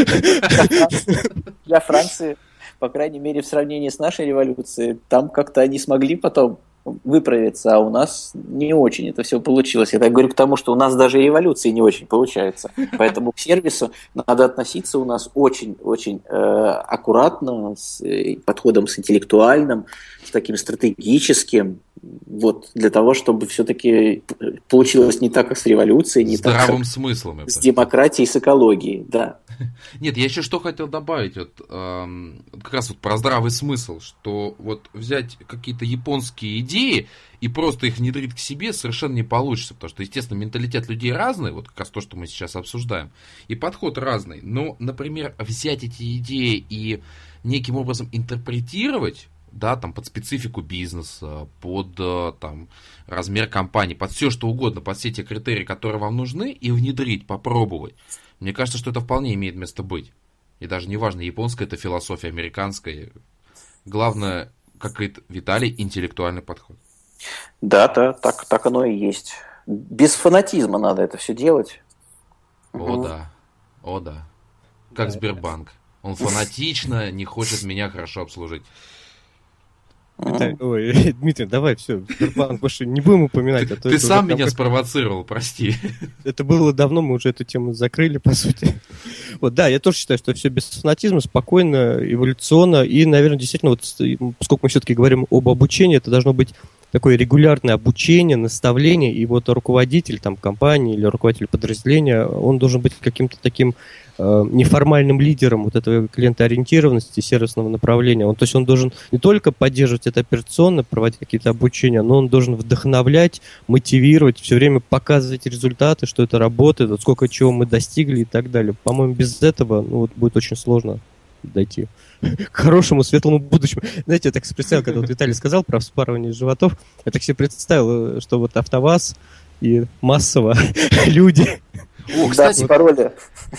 Для Франции, по крайней мере, в сравнении с нашей революцией, там как-то они смогли потом выправиться, а у нас не очень это все получилось. Я так говорю к тому, что у нас даже революции не очень получается. Поэтому к сервису надо относиться у нас очень-очень аккуратно, с подходом с интеллектуальным, с таким стратегическим, вот, для того, чтобы все-таки получилось не так, как с революцией, не так, здравым как смыслом. с демократией, с экологией, да. Нет, я еще что хотел добавить, вот, как раз вот про здравый смысл, что вот взять какие-то японские идеи и просто их внедрить к себе совершенно не получится, потому что, естественно, менталитет людей разный, вот как раз то, что мы сейчас обсуждаем, и подход разный. Но, например, взять эти идеи и неким образом интерпретировать, да, там, под специфику бизнеса, под там, размер компании, под все что угодно, под все те критерии, которые вам нужны, и внедрить, попробовать. Мне кажется, что это вполне имеет место быть. И даже неважно, японская это философия, американская. Главное, как говорит Виталий, интеллектуальный подход. Да, так оно и есть. Без фанатизма надо это все делать. О да. Как Сбербанк. Он фанатично не хочет меня хорошо обслужить. Ой, Дмитрий, давай, все, Сбербанк больше не будем упоминать. Ты сам меня спровоцировал, прости. Это было давно, мы уже эту тему закрыли, по сути. Вот, да, я тоже считаю, что все без фанатизма, спокойно, эволюционно, и, наверное, действительно, вот, поскольку мы все-таки говорим об обучении, это должно быть такое регулярное обучение, наставление, и вот руководитель там, компании или руководитель подразделения, он должен быть каким-то таким неформальным лидером вот этого клиентоориентированности, сервисного направления. То есть он должен не только поддерживать это операционно, проводить какие-то обучения, но он должен вдохновлять, мотивировать, все время показывать результаты, что это работает, вот сколько чего мы достигли и так далее. По-моему, без этого будет очень сложно дойти к хорошему, светлому будущему. Знаете, я так представил, когда вот Виталий сказал про вспарывание животов, я так себе представил, что вот АвтоВАЗ и массово люди... О, кстати, пароли.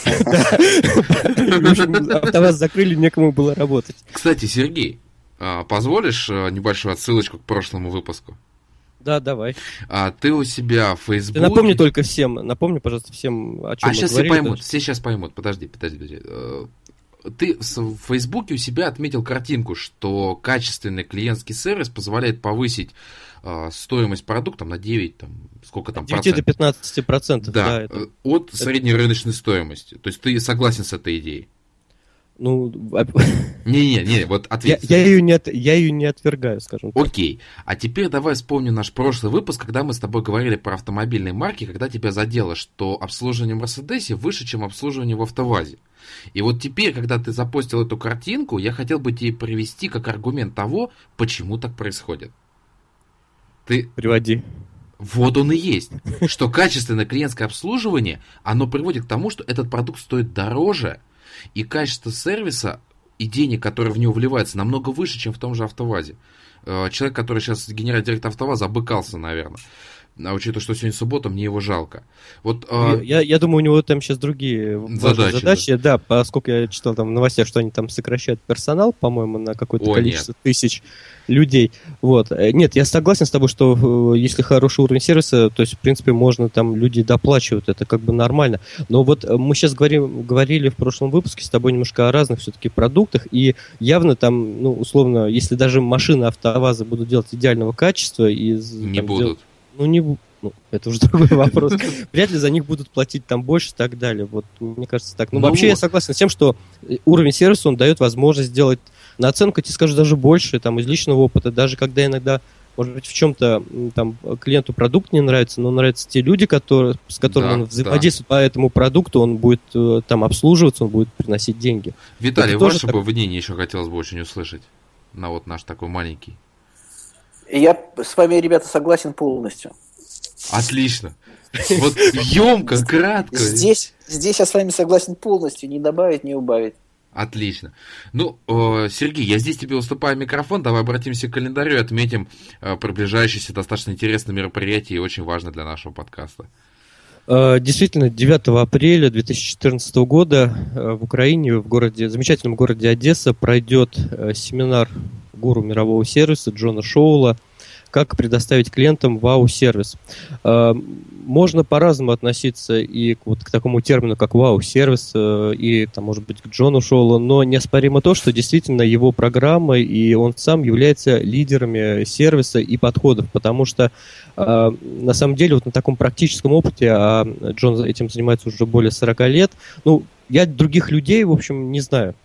АвтоВАЗ закрыли, некому было работать. Кстати, Сергей, позволишь небольшую отсылочку к прошлому выпуску? Да, давай. Ты у себя в Фейсбуке... Ты напомни только всем, пожалуйста, всем, о чем мы сейчас говорили. Все поймут, все сейчас поймут. Подожди. Ты в Фейсбуке у себя отметил картинку, что качественный клиентский сервис позволяет повысить стоимость продукта на 9, там, сколько там, 9 до 15%. Да, это... от средней рыночной стоимости. То есть ты согласен с этой идеей? Ну, Не, вот ответь. Я ее не отвергаю, скажем так. Окей. А теперь давай вспомним наш прошлый выпуск, когда мы с тобой говорили про автомобильные марки, когда тебя задело, что обслуживание в Мерседесе выше, чем обслуживание в АвтоВАЗе. И вот теперь, когда ты запостил эту картинку, я хотел бы тебе привести как аргумент того, почему так происходит. Приводи. Вот он и есть. Что качественное клиентское обслуживание, оно приводит к тому, что этот продукт стоит дороже, и качество сервиса и денег, которые в него вливаются, намного выше, чем в том же АвтоВАЗе. Человек, который сейчас генеральный директор АвтоВАЗа, обыкался, наверное. А учитывая, что сегодня суббота, мне его жалко. Вот, я думаю, у него там сейчас другие задачи. Да, поскольку я читал там в новостях, что они там сокращают персонал, по-моему, на какое-то количество тысяч людей. Вот. Нет, я согласен с тобой, что если хороший уровень сервиса, то есть, в принципе, можно там люди доплачивают, это как бы нормально. Но вот мы сейчас говорили в прошлом выпуске с тобой немножко о разных все-таки продуктах, и явно там, ну, условно, если даже машины АвтоВАЗа будут делать идеального качества и... Не будут. Это уже другой вопрос. Вряд ли за них будут платить там больше и так далее. Вот, мне кажется, так. Вообще я согласен с тем, что уровень сервиса, он дает возможность сделать наценку, я тебе скажу, даже больше, там, из личного опыта. Даже когда иногда Может быть, в чем-то там клиенту продукт не нравится, но нравятся те люди, с которыми он взаимодействует по этому продукту, он будет там обслуживаться, он будет приносить деньги. Виталий, ваше бы мнение еще хотелось бы очень услышать на вот наш такой маленький. Я с вами, ребята, согласен полностью. Отлично. Вот емко, кратко. Здесь я с вами согласен полностью, не добавить, не убавить. Отлично. Ну, Сергей, я здесь тебе уступаю микрофон, давай обратимся к календарю и отметим приближающееся достаточно интересное мероприятие и очень важно для нашего подкаста. Действительно, 9 апреля 2014 года в Украине, в замечательном городе Одесса, пройдет семинар гуру мирового сервиса Джона Шоула «Как предоставить клиентам вау-сервис». Можно по-разному относиться и к такому термину, как вау-сервис, и, там, может быть, к Джону Шоулу, но неоспоримо то, что действительно его программа, и он сам является лидерами сервиса и подходов, потому что на самом деле вот на таком практическом опыте, а Джон этим занимается уже более 40 лет, я других людей, в общем, не знаю.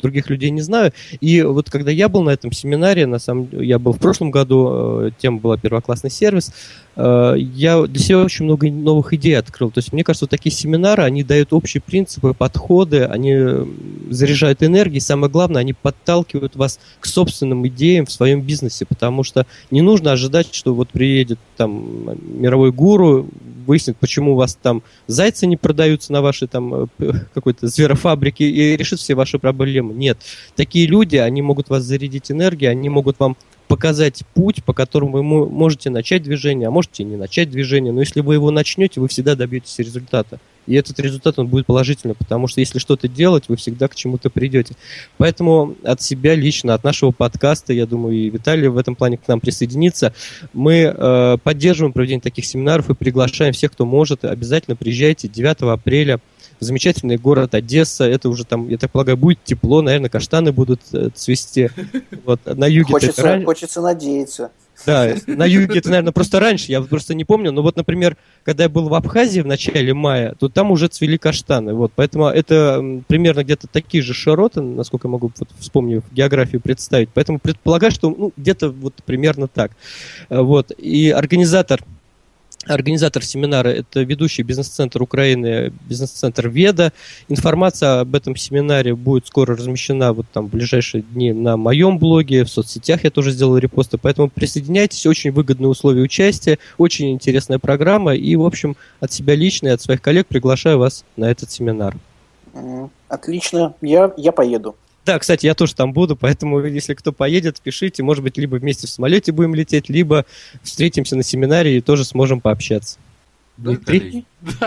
И вот когда я был на этом семинаре, я был в прошлом году, тема была первоклассный сервис, я для себя очень много новых идей открыл. То есть мне кажется, вот такие семинары, они дают общие принципы, подходы, они заряжают энергией, самое главное, они подталкивают вас к собственным идеям в своем бизнесе, потому что не нужно ожидать, что вот приедет там мировой гуру, выяснит, почему у вас там зайцы не продаются на вашей там какой-то зверофабрике и решит все ваши проблемы. Нет. Такие люди, они могут вас зарядить энергией, они могут вам показать путь, по которому вы можете начать движение, а можете не начать движение. Но если вы его начнете, вы всегда добьетесь результата. И этот результат, он будет положительный, потому что если что-то делать, вы всегда к чему-то придете. Поэтому от себя лично, от нашего подкаста, я думаю, и Виталий в этом плане к нам присоединится, мы поддерживаем проведение таких семинаров и приглашаем всех, кто может. Обязательно приезжайте 9 апреля. Замечательный город Одесса, это уже там, я так полагаю, будет тепло, наверное, каштаны будут цвести. Вот, на юге хочется надеяться. Да, на юге это, наверное, просто раньше, я просто не помню, но вот, например, когда я был в Абхазии в начале мая, то там уже цвели каштаны, вот, поэтому это примерно где-то такие же широты, насколько я могу, вспомнив географию, представить, поэтому предполагаю, что, где-то вот примерно так, вот, и организатор семинара – это ведущий бизнес-центр Украины, бизнес-центр Веда. Информация об этом семинаре будет скоро размещена вот там в ближайшие дни на моем блоге, в соцсетях я тоже сделал репосты, поэтому присоединяйтесь, очень выгодные условия участия, очень интересная программа, и, в общем, от себя лично и от своих коллег приглашаю вас на этот семинар. Отлично, я поеду. Да, кстати, я тоже там буду, поэтому если кто поедет, пишите, может быть, либо вместе в самолете будем лететь, либо встретимся на семинаре и тоже сможем пообщаться. Да, Дмитрий?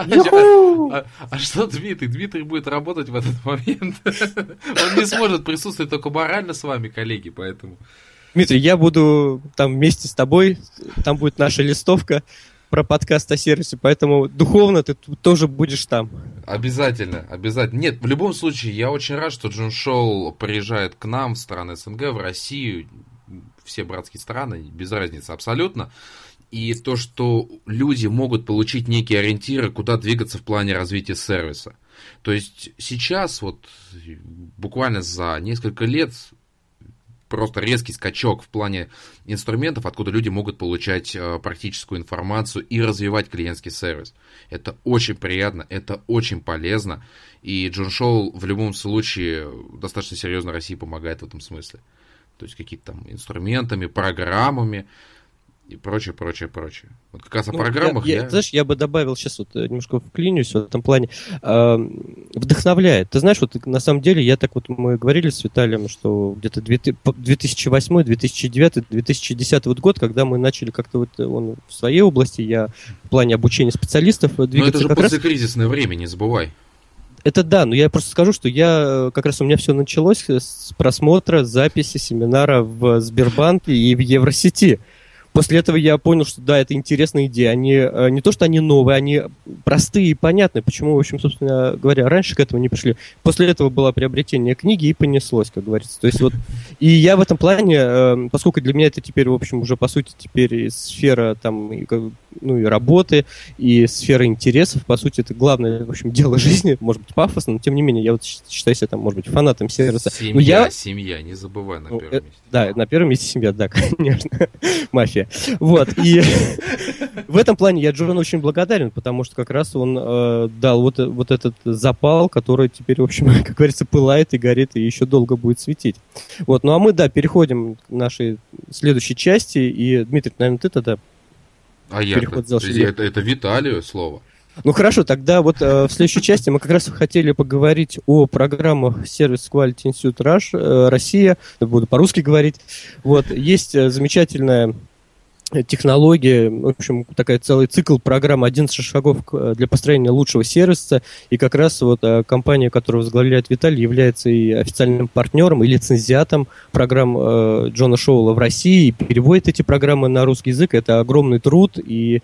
А что Дмитрий? Дмитрий будет работать в этот момент. Он не сможет присутствовать только морально с вами, коллеги, поэтому... Дмитрий, я буду там вместе с тобой, там будет наша листовка про подкаст о сервисе, поэтому духовно ты тоже будешь там. Обязательно. Нет, в любом случае, я очень рад, что Джон Шоул приезжает к нам в страны СНГ, в Россию, все братские страны, без разницы абсолютно. И то, что люди могут получить некие ориентиры, куда двигаться в плане развития сервиса. То есть сейчас, вот буквально за несколько лет, просто резкий скачок в плане инструментов, откуда люди могут получать практическую информацию и развивать клиентский сервис. Это очень приятно, это очень полезно. И Джон Шоул в любом случае достаточно серьезно России помогает в этом смысле. То есть какие-то там инструментами, программами и прочее. Вот как раз о программах Знаешь, я бы добавил, сейчас вот немножко вклинюсь в этом плане, вдохновляет. Ты знаешь, вот на самом деле, мы говорили с Виталием, что где-то 2008, 2009, 2010 год, когда мы начали как-то он в своей области, я в плане обучения специалистов двигаться. Но это же послекризисное время, не забывай. Это да, но я просто скажу, что у меня все началось с просмотра записи семинара в Сбербанке и в Евросети. После этого я понял, что да, это интересные идеи. Они не то, что они новые, они простые и понятные. Почему, в общем, собственно говоря, раньше к этому не пришли. После этого было приобретение книги и понеслось, как говорится. То есть и я в этом плане, поскольку для меня это теперь, в общем, уже по сути теперь и сфера там, и работы, и сфера интересов, по сути, это главное, в общем, дело жизни, может быть, пафосно, но тем не менее, я считаю себя там, может быть, фанатом сервиса. Семья, не забывай на первом месте. Да, на первом месте семья, да, конечно, мафия. вообще. Вот, и в этом плане я Джону очень благодарен, потому что как раз он дал вот этот запал, который теперь, в общем, как говорится, пылает и горит, и еще долго будет светить. Вот, ну а мы, да, переходим к нашей следующей части, и, Дмитрий, наверное, ты тогда переход сделал. Это Виталию слово. Ну хорошо, тогда вот в следующей части мы как раз хотели поговорить о программах Service Quality Institute Россия, буду по-русски говорить. Вот, есть замечательная технология, в общем, такая целый цикл программ «11 шагов для построения лучшего сервиса», и как раз вот компания, которую возглавляет Виталий, является и официальным партнером, и лицензиатом программ Джона Шоула в России, и переводит эти программы на русский язык. Это огромный труд, и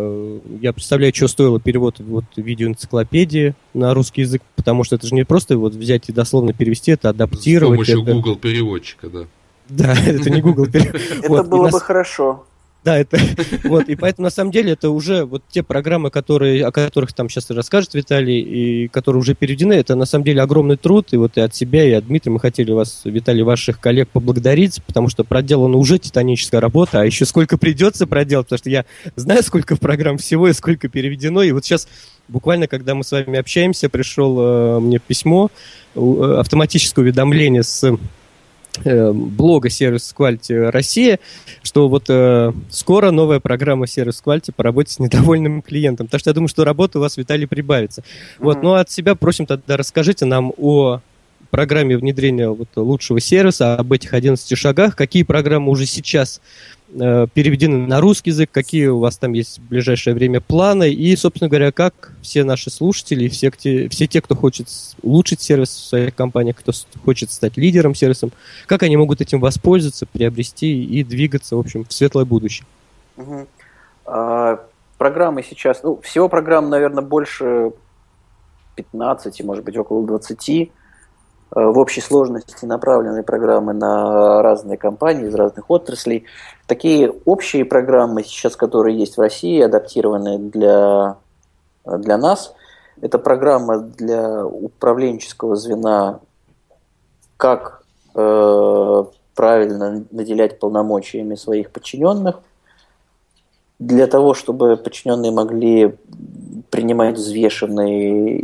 я представляю, что стоило перевод вот видеоэнциклопедии на русский язык, потому что это же не просто вот взять и дословно перевести, это адаптировать. С помощью Google переводчика, да. Да, это не Google переводчик. Это было бы хорошо. Да, это вот, и поэтому на самом деле это уже вот те программы, о которых там сейчас расскажет Виталий, и которые уже переведены, это на самом деле огромный труд, и вот и от себя, и от Дмитрия мы хотели вас, Виталий, ваших коллег поблагодарить, потому что проделана уже титаническая работа, а еще сколько придется проделать, потому что я знаю, сколько программ всего и сколько переведено, и вот сейчас буквально, когда мы с вами общаемся, пришел мне письмо, автоматическое уведомление с блога Service Quality Россия, что вот скоро новая программа Service Quality по работе с недовольным клиентом. Так что я думаю, что работа у вас, Виталий, прибавится. Вот, ну а от себя просим тогда расскажите нам о программе внедрения вот лучшего сервиса, об этих 11 шагах, какие программы уже сейчас переведены на русский язык, какие у вас там есть в ближайшее время планы, и, собственно говоря, как все наши слушатели, все те, кто хочет улучшить сервис в своих компаниях, кто хочет стать лидером сервисом, как они могут этим воспользоваться, приобрести и двигаться, в общем, в светлое будущее. Программы сейчас, всего программ, наверное, больше 15, может быть, около 20. В общей сложности направлены программы на разные компании из разных отраслей. Такие общие программы сейчас, которые есть в России, адаптированные для нас, это программа для управленческого звена, как правильно наделять полномочиями своих подчиненных, для того, чтобы подчиненные могли принимать взвешенные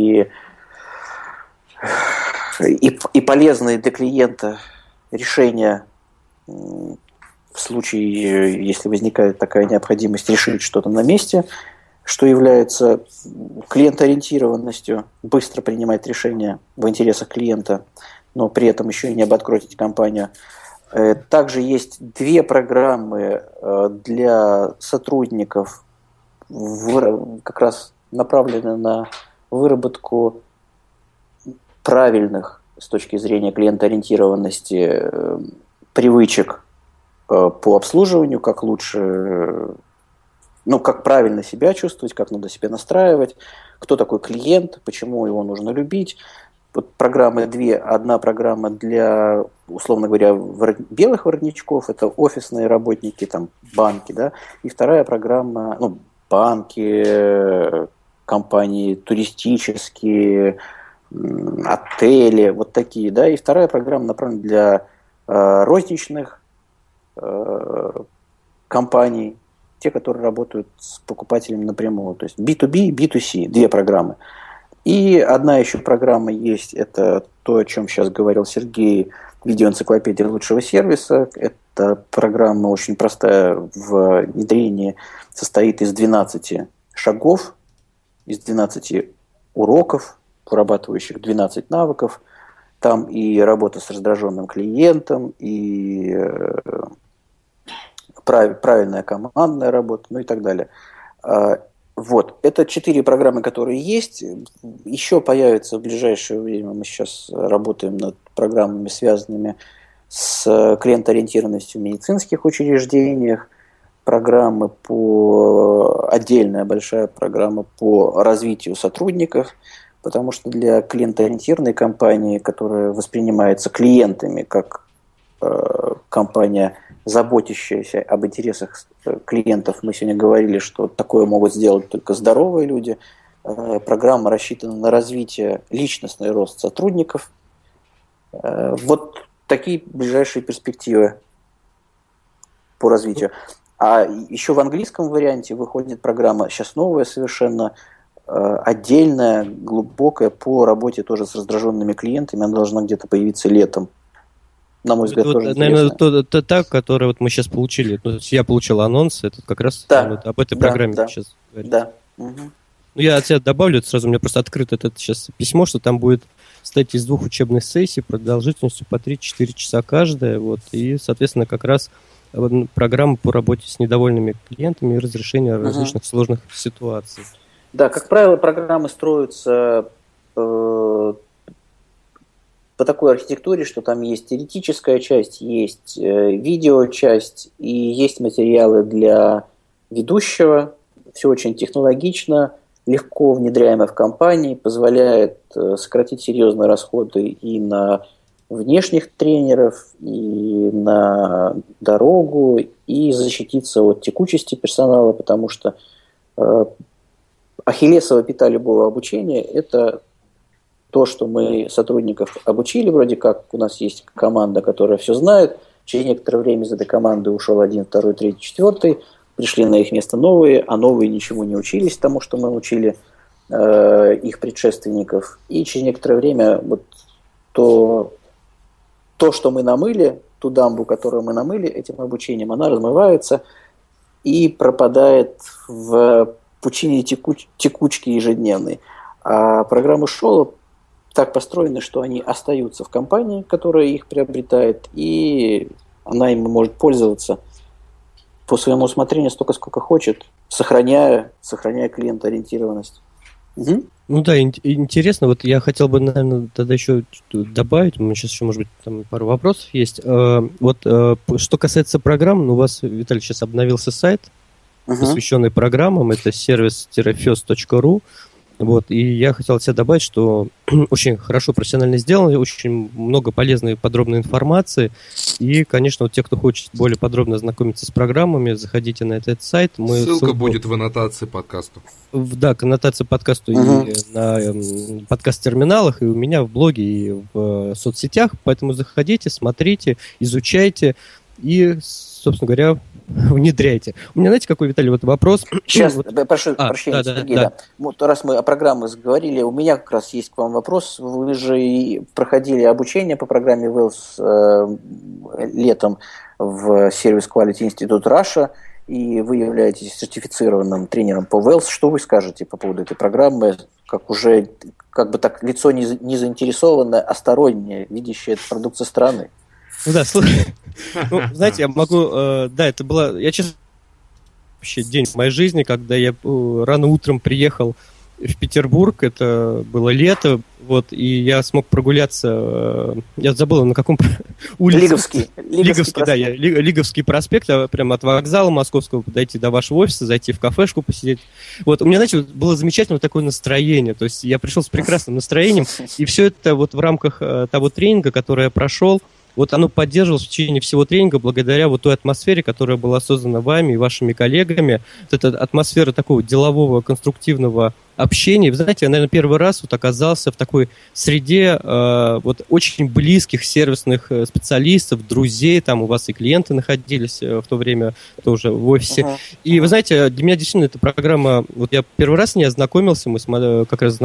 и полезные для клиента решения в случае, если возникает такая необходимость решить что-то на месте, что является клиентоориентированностью, быстро принимать решения в интересах клиента, но при этом еще и не обанкротить компанию. Также есть 2 программы для сотрудников, как раз направлены на выработку правильных с точки зрения клиентоориентированности привычек по обслуживанию, как лучше, как правильно себя чувствовать, как надо себя настраивать, кто такой клиент, почему его нужно любить. Вот программы 2. Одна программа для, условно говоря, белых воротничков, это офисные работники, там, банки, да, и вторая программа, банки, компании туристические, отели, вот такие, да, и вторая программа направлена для розничных компаний, те, которые работают с покупателем напрямую, то есть B2B, B2C, 2 программы. И одна еще программа есть, это то, о чем сейчас говорил Сергей, видеоэнциклопедия лучшего сервиса. Эта программа очень простая в внедрении, состоит из 12 шагов, из 12 уроков, вырабатывающих 12 навыков. Там и работа с раздраженным клиентом, и правильная командная работа, и так далее. Вот, это 4 программы, которые есть. Еще появятся в ближайшее время. Мы сейчас работаем над программами, связанными с клиентоориентированностью в медицинских учреждениях. Программы отдельная большая программа по развитию сотрудников, потому что для клиентоориентированной компании, которая воспринимается клиентами как компания, заботящаяся об интересах клиентов, мы сегодня говорили, что такое могут сделать только здоровые люди. Программа рассчитана на развитие, личностный рост сотрудников. Вот такие ближайшие перспективы по развитию. А еще в английском варианте выходит программа, сейчас новая совершенно, отдельная, глубокая, по работе тоже с раздраженными клиентами. Она должна где-то появиться летом. На мой взгляд, тоже наверное, интересно. та, которую вот мы сейчас получили. Ну, я получил анонс, это как раз вот об этой программе сейчас говорить. Да. Угу. Ну, я от себя добавлю сразу, у меня просто открыто это сейчас письмо, что там будет состоять из 2 учебных сессий продолжительностью по 3-4 часа каждая. Вот, и, соответственно, как раз программа по работе с недовольными клиентами и разрешению различных сложных ситуаций. Да, как правило, программы строятся по такой архитектуре, что там есть теоретическая часть, есть видеочасть и есть материалы для ведущего. Все очень технологично, легко внедряемо в компании, позволяет сократить серьезные расходы и на внешних тренеров, и на дорогу, и защититься от текучести персонала, потому что ахиллесова пята любого обучения – это то, что мы сотрудников обучили, вроде как у нас есть команда, которая все знает, через некоторое время из этой команды ушел 1, 2, 3, 4, пришли на их место новые, а новые ничего не учились тому, что мы учили их предшественников. И через некоторое время вот то, что мы намыли, ту дамбу, которую мы намыли этим обучением, она размывается и пропадает в пучине текучки ежедневной. А программы Шола так построены, что они остаются в компании, которая их приобретает, и она ими может пользоваться по своему усмотрению столько, сколько хочет, сохраняя клиентоориентированность. Угу. Ну да, интересно, вот я хотел бы, наверное, тогда еще добавить, у меня сейчас еще, может быть, там пару вопросов есть. Вот что касается программ, у вас, Виталий, сейчас обновился сайт, посвященный программам, это service-fest.ru. Вот, и я хотел от себя добавить, что очень хорошо, профессионально сделано, очень много полезной и подробной информации. И, конечно, вот те, кто хочет более подробно ознакомиться с программами, заходите на этот сайт. Ссылка будет в аннотации подкасту. Да, к аннотации подкасту и на подкаст-терминалах, и у меня в блоге, и в соцсетях. Поэтому заходите, смотрите, изучайте и, собственно говоря, внедряйте. У меня, знаете, какой, Виталий, вот вопрос? Сейчас, прошу прощения, Сергей, да. Вот раз мы о программах заговорили, у меня как раз есть к вам вопрос. Вы же проходили обучение по программе Wells летом в Service Quality Institute Russia, и вы являетесь сертифицированным тренером по Wells. Что вы скажете по поводу этой программы, как уже, как бы так, лицо не заинтересованное, а стороннее, видящее этот продукт со стороны? Ну да, слушай, знаете, я могу, да, это было, я честно, вообще день в моей жизни, когда я рано утром приехал в Петербург, это было лето, вот, и я смог прогуляться, я забыл, на каком улице. Лиговский, да, Лиговский проспект, прямо от вокзала московского дойти до вашего офиса, зайти в кафешку посидеть. Вот, у меня, знаете, было замечательное такое настроение, то есть я пришел с прекрасным настроением, и все это вот в рамках того тренинга, который я прошел, вот оно поддерживалось в течение всего тренинга благодаря вот той атмосфере, которая была создана вами и вашими коллегами. Вот эта атмосфера такого делового, конструктивного общения. Вы знаете, я, наверное, первый раз вот оказался в такой среде вот очень близких сервисных специалистов, друзей, там у вас и клиенты находились в то время тоже в офисе. И вы знаете, для меня действительно эта программа, вот я первый раз с ней ознакомился, мы как раз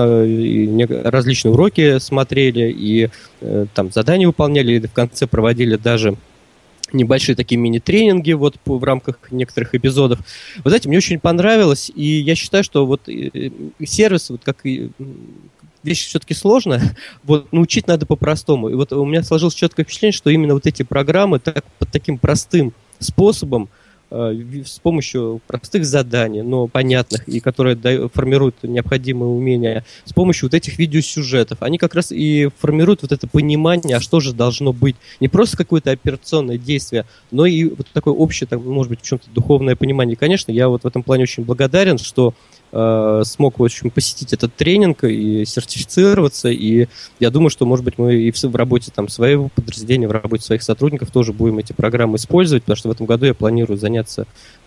различные уроки смотрели, и там задания выполняли, и в конце проводили даже небольшие такие мини-тренинги вот в рамках некоторых эпизодов. Вы знаете, мне очень понравилось, и я считаю, что вот сервис, вот как и вещь все-таки сложная, вот научить надо по-простому. И вот у меня сложилось четкое впечатление, что именно вот эти программы под таким простым способом, с помощью простых заданий, но понятных, и которые формируют необходимые умения, с помощью вот этих видеосюжетов, они как раз и формируют вот это понимание, а что же должно быть. Не просто какое-то операционное действие, но и вот такое общее, может быть, в чем-то духовное понимание. И, конечно, я вот в этом плане очень благодарен, что смог, в общем, посетить этот тренинг и сертифицироваться, и я думаю, что, может быть, мы и в работе там своего подразделения, в работе своих сотрудников тоже будем эти программы использовать, потому что в этом году я планирую заняться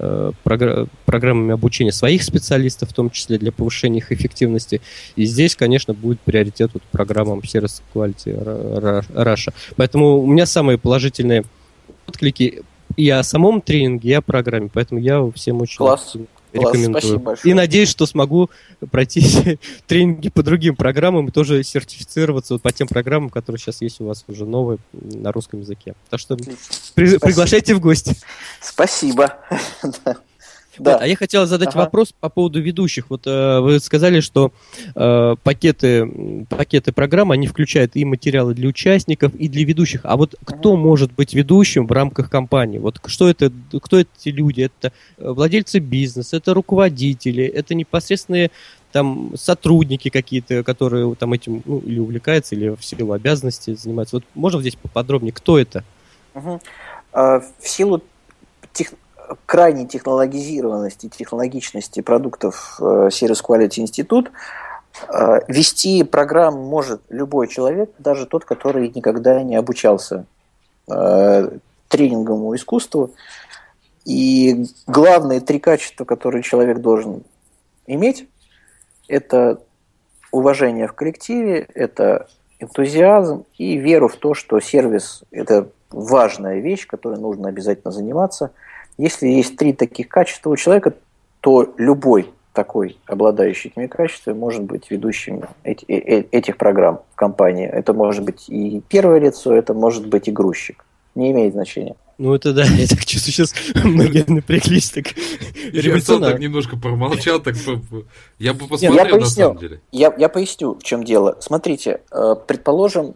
программами обучения своих специалистов, в том числе для повышения их эффективности, и здесь, конечно, будет приоритет вот программам Service Quality Russia. Поэтому у меня самые положительные отклики И о самом тренинге, и о программе. Поэтому я всем очень рекомендую. Спасибо большое. И надеюсь, что смогу пройти тренинги по другим программам и тоже сертифицироваться вот по тем программам, которые сейчас есть у вас уже новые на русском языке. Так что приглашайте в гости. Спасибо. Да. Вот, а я хотел задать вопрос по поводу ведущих. Вот вы сказали, что пакеты программ, они включают и материалы для участников, и для ведущих. А вот кто может быть ведущим в рамках компании? Вот кто эти люди? Это владельцы бизнеса, это руководители, это непосредственные там сотрудники какие-то, которые там этим или увлекаются, или в силу обязанностей занимаются. Вот можно здесь поподробнее, кто это? В силу крайней технологизированности, технологичности продуктов Service Quality Institute вести программу может любой человек, даже тот, который никогда не обучался тренинговому искусству. И главные 3 качества, которые человек должен иметь, это уважение в коллективе, это энтузиазм и веру в то, что сервис – это важная вещь, которой нужно обязательно заниматься. Если есть 3 таких качества у человека, то любой такой, обладающий этими качествами, может быть ведущим этих программ в компании. Это может быть и первое лицо, это может быть и грузчик. Не имеет значения. Ну это да, я так чувствую, сейчас многие напряглись так революционно. Я так немножко промолчал, так я бы посмотрел на самом деле. Я поясню, в чем дело. Смотрите, предположим,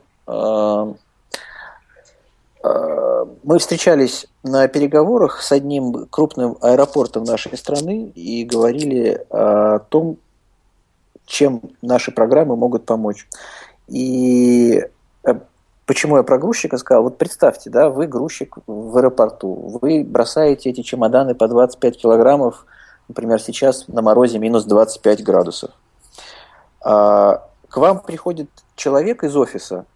мы встречались на переговорах с одним крупным аэропортом нашей страны и говорили о том, чем наши программы могут помочь. И почему я про грузчика сказал? Вот представьте, да, вы грузчик в аэропорту, вы бросаете эти чемоданы по 25 килограммов, например, сейчас на морозе минус 25 градусов. К вам приходит человек из офиса,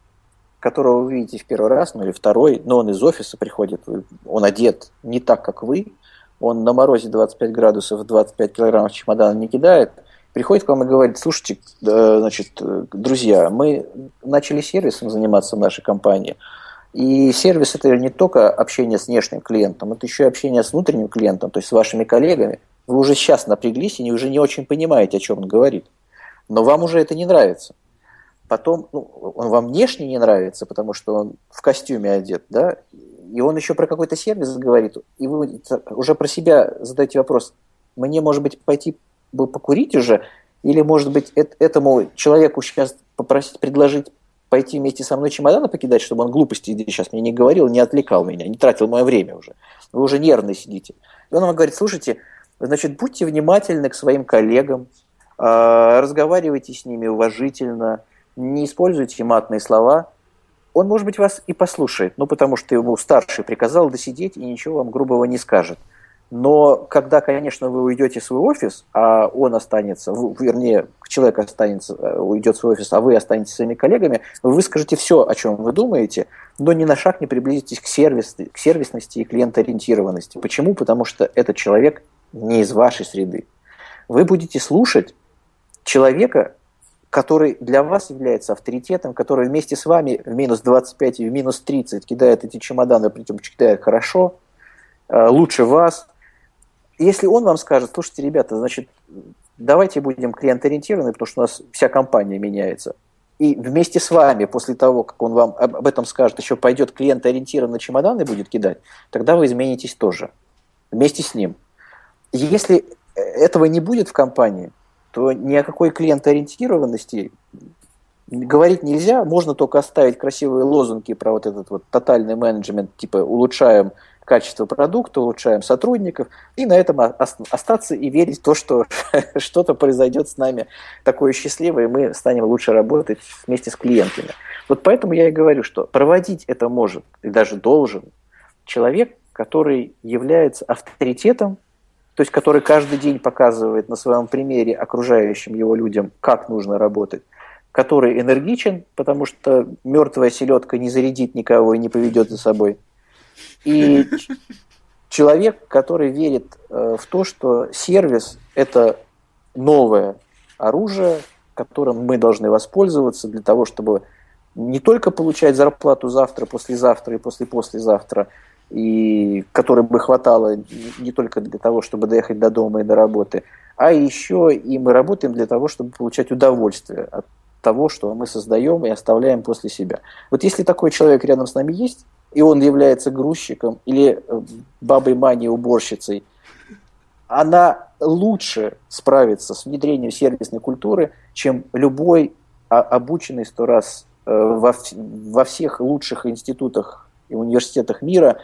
которого вы видите в первый раз, или второй, но он из офиса приходит, он одет не так, как вы, он на морозе 25 градусов 25 килограммов чемодана не кидает, приходит к вам и говорит: слушайте, значит, друзья, мы начали сервисом заниматься в нашей компании, и сервис – это не только общение с внешним клиентом, это еще и общение с внутренним клиентом, то есть с вашими коллегами. Вы уже сейчас напряглись и уже не очень понимаете, о чем он говорит, но вам уже это не нравится. Потом, он вам внешне не нравится, потому что он в костюме одет, да, и он еще про какой-то сервис говорит, и вы уже про себя задаете вопрос: мне, может быть, пойти покурить уже, или, может быть, этому человеку сейчас предложить пойти вместе со мной чемоданы покидать, чтобы он глупости здесь сейчас мне не говорил, не отвлекал меня, не тратил мое время уже. Вы уже нервно сидите. И он вам говорит: слушайте, значит, будьте внимательны к своим коллегам, разговаривайте с ними уважительно, не используйте матные слова. Он, может быть, вас и послушает, потому что ему старший приказал досидеть и ничего вам грубого не скажет. Но когда, конечно, вы уйдете в свой офис, а он останется, вернее, человек уйдет в свой офис, а вы останетесь своими коллегами, вы выскажете все, о чем вы думаете, но ни на шаг не приблизитесь к сервисности и клиентоориентированности. Почему? Потому что этот человек не из вашей среды. Вы будете слушать человека, который для вас является авторитетом, который вместе с вами в минус 25 и в минус 30 кидает эти чемоданы, причем кидает хорошо, лучше вас. Если он вам скажет: слушайте, ребята, значит, давайте будем клиент-ориентированы, потому что у нас вся компания меняется, и вместе с вами, после того, как он вам об этом скажет, еще пойдет клиент-ориентированно чемоданы будет кидать, тогда вы изменитесь тоже, вместе с ним. Если этого не будет в компании, то ни о какой клиентоориентированности говорить нельзя, можно только оставить красивые лозунги про вот этот вот тотальный менеджмент, типа улучшаем качество продукта, улучшаем сотрудников, и на этом остаться и верить в то, что что-то произойдет с нами такое счастливое, и мы станем лучше работать вместе с клиентами. Вот поэтому я и говорю, что проводить это может и даже должен человек, который является авторитетом, то есть который каждый день показывает на своем примере окружающим его людям, как нужно работать, который энергичен, потому что мертвая селедка не зарядит никого и не поведет за собой, и человек, который верит в то, что сервис – это новое оружие, которым мы должны воспользоваться для того, чтобы не только получать зарплату завтра, послезавтра и послезавтра, и которой бы хватало не только для того, чтобы доехать до дома и до работы, а еще и мы работаем для того, чтобы получать удовольствие от того, что мы создаем и оставляем после себя. Вот если такой человек рядом с нами есть, и он является грузчиком или бабой Маней уборщицей, она лучше справится с внедрением сервисной культуры, чем любой обученный 100 раз во всех лучших институтах и университетах мира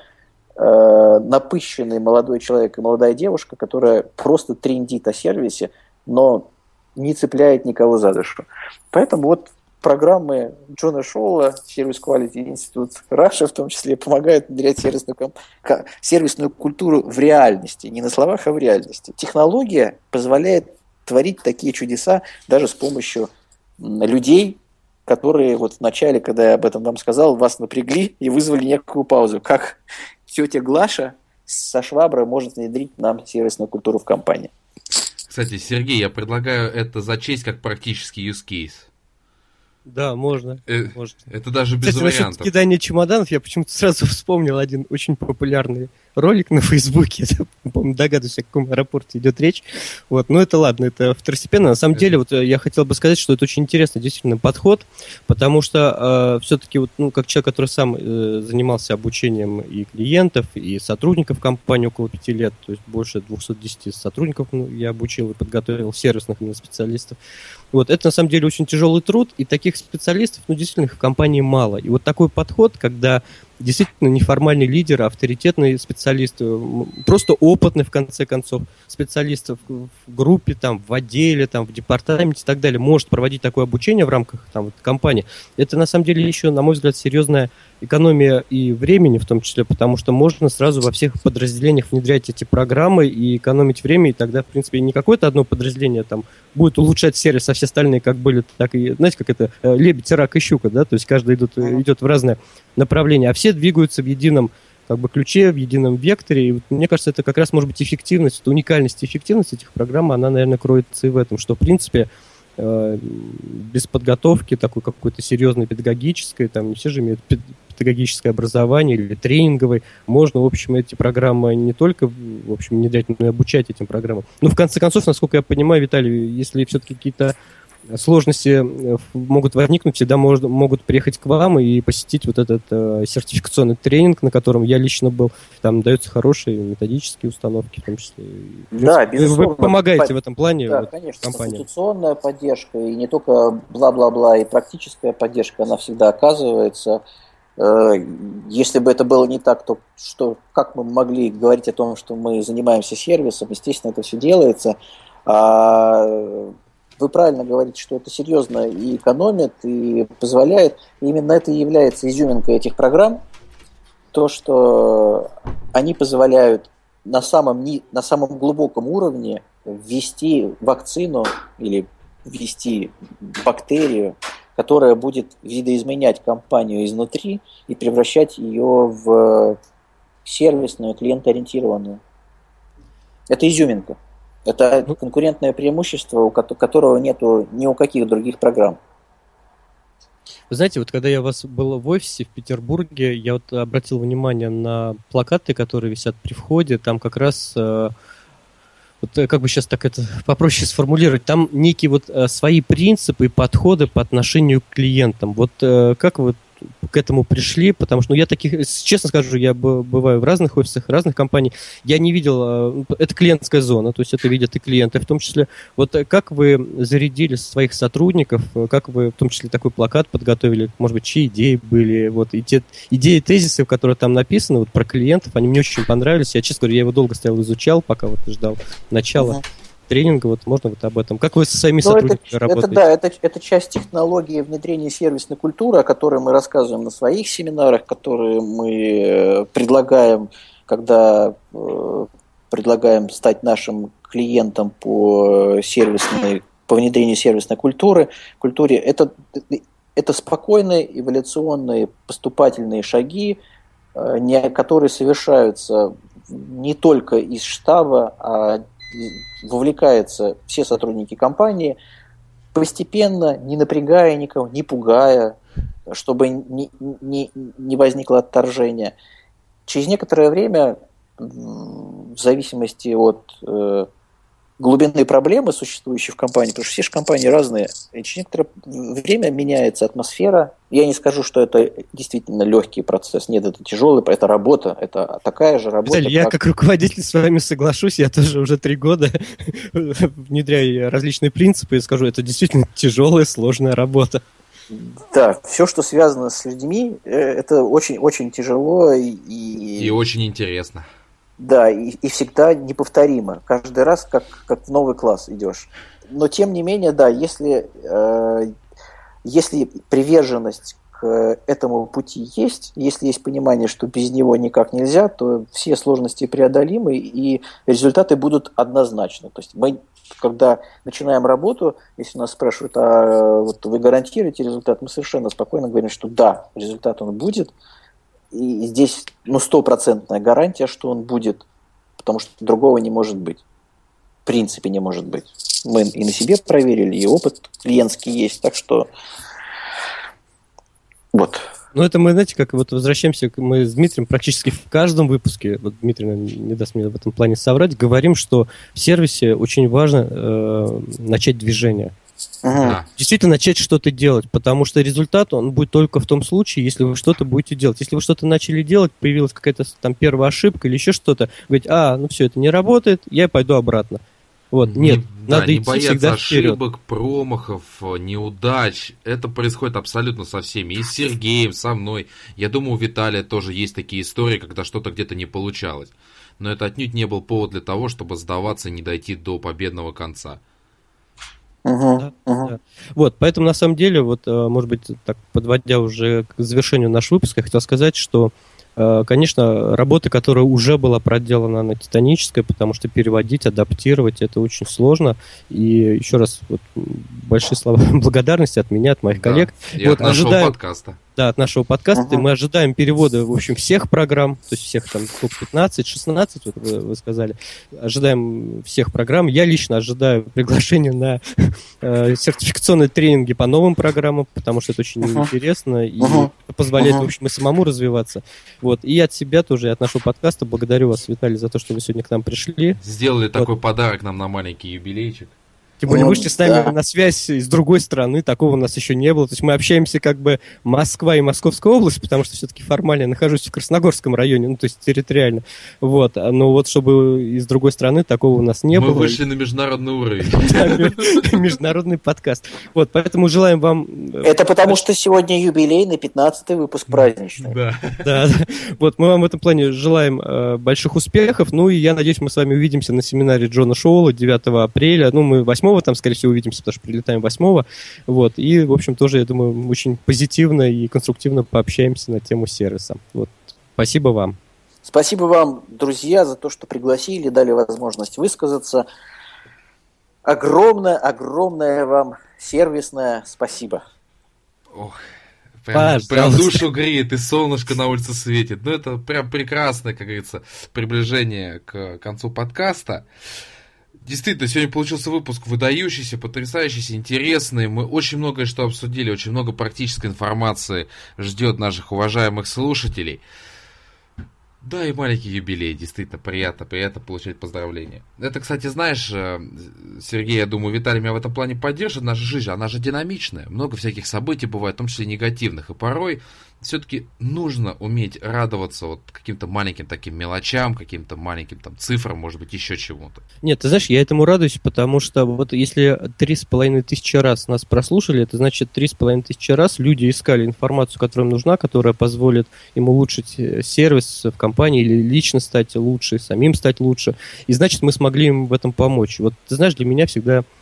напыщенный молодой человек и молодая девушка, которая просто трендит о сервисе, но не цепляет никого за душу. Поэтому вот программы Джона Шоула, Service Quality Institute Russia в том числе, помогают внедрять сервисную культуру в реальности, не на словах, а в реальности. Технология позволяет творить такие чудеса даже с помощью людей, которые вот в начале, когда я об этом вам сказал, вас напрягли и вызвали некую паузу. Как тетя Глаша со Шваброй может внедрить нам сервисную культуру в компании. Кстати, Сергей, я предлагаю это зачесть как практический use case. Да, можно. Это даже без вариантов. Насчет кидания чемоданов я почему-то сразу вспомнил один очень популярный ролик на Фейсбуке. По-моему, догадываюсь, о каком аэропорте идет речь. Вот. Но это ладно, это второстепенно. На самом деле, вот я хотел бы сказать, что это очень интересный действительно подход, потому что все-таки, вот, ну, как человек, который сам занимался обучением и клиентов, и сотрудников компании около 5 лет, то есть больше 210 сотрудников я обучил и подготовил, сервисных именно специалистов. Вот. Это на самом деле очень тяжелый труд, и таких специалистов, ну, действительно, их в компании мало. И вот такой подход, когда действительно неформальный лидер, авторитетный специалист, просто опытный, в конце концов, специалист в группе, там, в отделе, там, в департаменте и так далее, может проводить такое обучение в рамках там, вот, компании. Это, на самом деле, еще, на мой взгляд, серьезная экономия и времени, в том числе, потому что можно сразу во всех подразделениях внедрять эти программы и экономить время, и тогда, в принципе, не какое-то одно подразделение там будет улучшать сервис, а все остальные как были, так и, знаете, как это, лебедь, рак и щука, да, то есть каждый идет в разное направление, а все двигаются в едином как бы ключе, в едином векторе, и вот, мне кажется, это как раз может быть эффективность, это уникальность и эффективность этих программ, она, наверное, кроется и в этом, что, в принципе, без подготовки такой какой-то серьезной педагогической, там не все же имеют педагогическое образование или тренинговое, можно, в общем, эти программы не только, в общем, внедрять, но и обучать этим программам. Ну, в конце концов, насколько я понимаю, Виталий, если все-таки какие-то сложности могут возникнуть, всегда могут приехать к вам и посетить вот этот сертификационный тренинг, на котором я лично был. Там даются хорошие методические установки, в том числе. Да, безусловно. Вы помогаете в этом плане. Да, вот, конечно, компании. конституционная поддержка, и не только бла-бла-бла, и практическая поддержка, она всегда оказывается. Если бы это было не так, то как мы могли говорить о том, что мы занимаемся сервисом? Естественно, это все делается. Вы правильно говорите, что это серьезно и экономит, и позволяет. И именно это и является изюминкой этих программ. То, что они позволяют на самом глубоком уровне ввести вакцину или ввести бактерию, которая будет видоизменять компанию изнутри и превращать ее в сервисную, клиентоориентированную. Это изюминка. Это конкурентное преимущество, у которого нету ни у каких других программ. Вы знаете, вот когда я у вас был в офисе в Петербурге, я вот обратил внимание на плакаты, которые висят при входе. Там как раз, вот как бы сейчас так это попроще сформулировать, там некие вот свои принципы и подходы по отношению к клиентам. Вот как вы к этому пришли, потому что, ну, я таких, честно скажу, я бываю в разных офисах, разных компаний, я не видел, это клиентская зона, то есть это видят и клиенты в том числе. Вот как вы зарядили своих сотрудников, как вы в том числе такой плакат подготовили, может быть, чьи идеи были, вот, и те идеи, тезисы, которые там написаны, вот, про клиентов, они мне очень понравились, я, честно говоря, я его долго стоял, изучал, пока вот ждал начала. Тренинга, вот можно вот об этом. Как вы со своими сотрудниками работаете? Это часть технологии внедрения сервисной культуры, о которой мы рассказываем на своих семинарах, которые мы предлагаем, когда предлагаем стать нашим клиентом по внедрению сервисной культуре. Это спокойные, эволюционные, поступательные шаги, которые совершаются не только из штаба, а вовлекаются все сотрудники компании, постепенно, не напрягая никого, не пугая, чтобы не возникло отторжения. через некоторое время, в зависимости от глубины проблемы, существующей в компании, потому что все же компании разные, и через некоторое время меняется атмосфера. Я не скажу, что это действительно легкий процесс. Нет, это тяжелый, это работа, это такая же работа. Виталий, я как руководитель с вами соглашусь, я тоже уже 3 года внедряю различные принципы и скажу, это действительно тяжелая, сложная работа. Да, все, что связано с людьми, это очень-очень тяжело и очень интересно. Да, и всегда неповторимо. Каждый раз как в новый класс идешь. Но тем не менее, да, если приверженность к этому пути есть, если есть понимание, что без него никак нельзя, то все сложности преодолимы, и результаты будут однозначно. То есть мы, когда начинаем работу, если нас спрашивают, а вот вы гарантируете результат, мы совершенно спокойно говорим, что да, результат он будет. И здесь 100% гарантия, что он будет, потому что другого не может быть. В принципе, не может быть. Мы и на себе проверили, и опыт клиентский есть, так что вот. Ну, это мы, знаете, как вот возвращаемся, мы с Дмитрием практически в каждом выпуске, вот Дмитрий не даст мне в этом плане соврать, говорим, что в сервисе очень важно начать движение. Ага. Действительно начать что-то делать, потому что результат, он будет только в том случае, если вы что-то будете делать. Если вы что-то начали делать, появилась какая-то там первая ошибка или еще что-то, говорить, все, это не работает, я пойду обратно. Вот, нет, надо не идти бояться всегда вперед. ошибок, промахов, неудач. Это происходит абсолютно со всеми. И с Сергеем, со мной. Я думаю, у Виталия тоже есть такие истории, когда что-то где-то не получалось. Но это отнюдь не был повод для того, чтобы сдаваться и не дойти до победного конца. Да. Вот, поэтому на самом деле, вот, может быть, так подводя уже к завершению нашего выпуска, я хотел сказать, что, конечно, работа, которая уже была проделана, она титаническая, потому что переводить, адаптировать это очень сложно. И еще раз вот, большие слова благодарности от меня, от моих коллег. И от нашего подкаста. Да, от нашего подкаста. Мы ожидаем перевода, в общем, всех программ, то есть всех там 15, 16, вот вы сказали. Ожидаем всех программ. Я лично ожидаю приглашения на сертификационные тренинги по новым программам, потому что это очень интересно и позволяет, в общем, и самому развиваться. Вот. И от себя тоже, и от нашего подкаста благодарю вас, Виталий, за то, что вы сегодня к нам пришли. Сделали такой подарок нам на маленький юбилейчик. Тем более вышли с нами на связь с другой страны, такого у нас еще не было. То есть мы общаемся как бы Москва и Московская область, потому что все-таки формально я нахожусь в Красногорском районе, ну то есть территориально. Вот. Но вот чтобы из другой страны такого у нас не было. Мы вышли на международный уровень. Международный подкаст. Вот, поэтому желаем вам... Это потому что сегодня юбилейный 15-й выпуск праздничный. Да. Вот, мы вам в этом плане желаем больших успехов. Ну и я надеюсь, мы с вами увидимся на семинаре Джона Шоула 9 апреля. Ну, мы 8 там, скорее всего, увидимся, потому что прилетаем 8. Вот. И, в общем, тоже, я думаю, очень позитивно и конструктивно пообщаемся на тему сервиса. Вот. Спасибо вам. Спасибо вам, друзья, за то, что пригласили, дали возможность высказаться. Огромное вам сервисное спасибо. Ох, прям душу греет, и солнышко на улице светит. Ну, это прям прекрасное, как говорится, приближение к концу подкаста. Действительно, сегодня получился выпуск выдающийся, потрясающийся, интересный. Мы очень многое что обсудили, очень много практической информации ждет наших уважаемых слушателей. Да, и маленький юбилей, действительно, приятно получать поздравления. Это, кстати, знаешь, Сергей, я думаю, Виталий меня в этом плане поддержит. Наша жизнь, она же динамичная. Много всяких событий бывает, в том числе негативных. И порой все-таки нужно уметь радоваться вот каким-то маленьким таким мелочам, каким-то маленьким там цифрам, может быть, еще чему-то. Нет, ты знаешь, я этому радуюсь, потому что вот если 3500 раз нас прослушали, это значит 3500 раз люди искали информацию, которая им нужна, которая позволит им улучшить сервис в компании или лично стать лучше, самим стать лучше. И значит, мы смогли им в этом помочь. Вот ты знаешь, для меня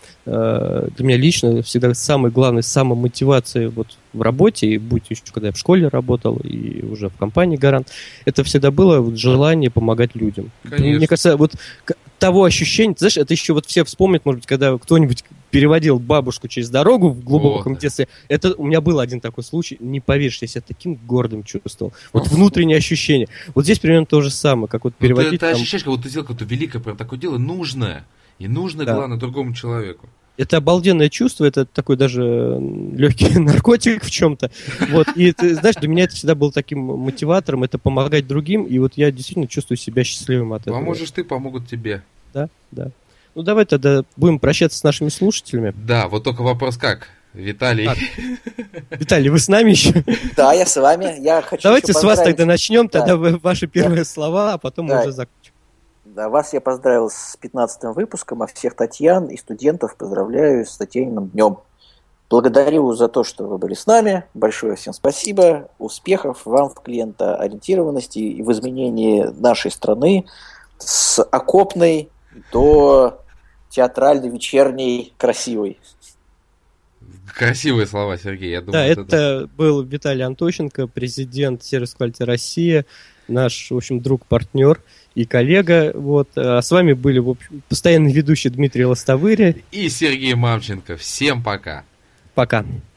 лично всегда самой главной самомотивацией вот в работе, и будь еще когда я в школе работал, и уже в компании «Гарант», это всегда было вот желание помогать людям. Конечно. Мне кажется, вот того ощущения, ты знаешь, это еще вот все вспомнят, может быть, когда кто-нибудь переводил бабушку через дорогу в глубоком детстве. Это у меня был один такой случай, не поверишь, я себя таким гордым чувствовал. Вот внутреннее ощущение. Вот здесь примерно то же самое, как вот переводить... Ты ощущаешь, как будто ты сделал какое-то великое прям такое дело, нужное. И нужно, главное, другому человеку. Это обалденное чувство, это такой даже легкий наркотик в чем-то. Вот. И ты знаешь, для меня это всегда было таким мотиватором, это помогать другим, и вот я действительно чувствую себя счастливым от этого. Поможешь ты, помогут тебе. Да, да. Ну давай тогда будем прощаться с нашими слушателями. Да, вот только вопрос как? Виталий. Виталий, вы с нами еще? Да, я с вами. Я хочу Давайте с вас тогда начнем, тогда ваши первые Да. слова, а потом мы уже закончим. Да, вас я поздравил с 15-м выпуском, а всех Татьян и студентов поздравляю с Татьяниным днем. Благодарю за то, что вы были с нами. Большое всем спасибо. Успехов вам в клиентоориентированности и в изменении нашей страны с окопной до театральной, вечерней, красивой. Красивые слова, Сергей. Я думаю, да, это был Виталий Антощенко, президент Сервис Quality Россия, наш, в общем, друг-партнер и коллега. Вот. А с вами были, в общем, постоянный ведущий Дмитрий Лостовыря и Сергей Мамченко. Всем пока. Пока.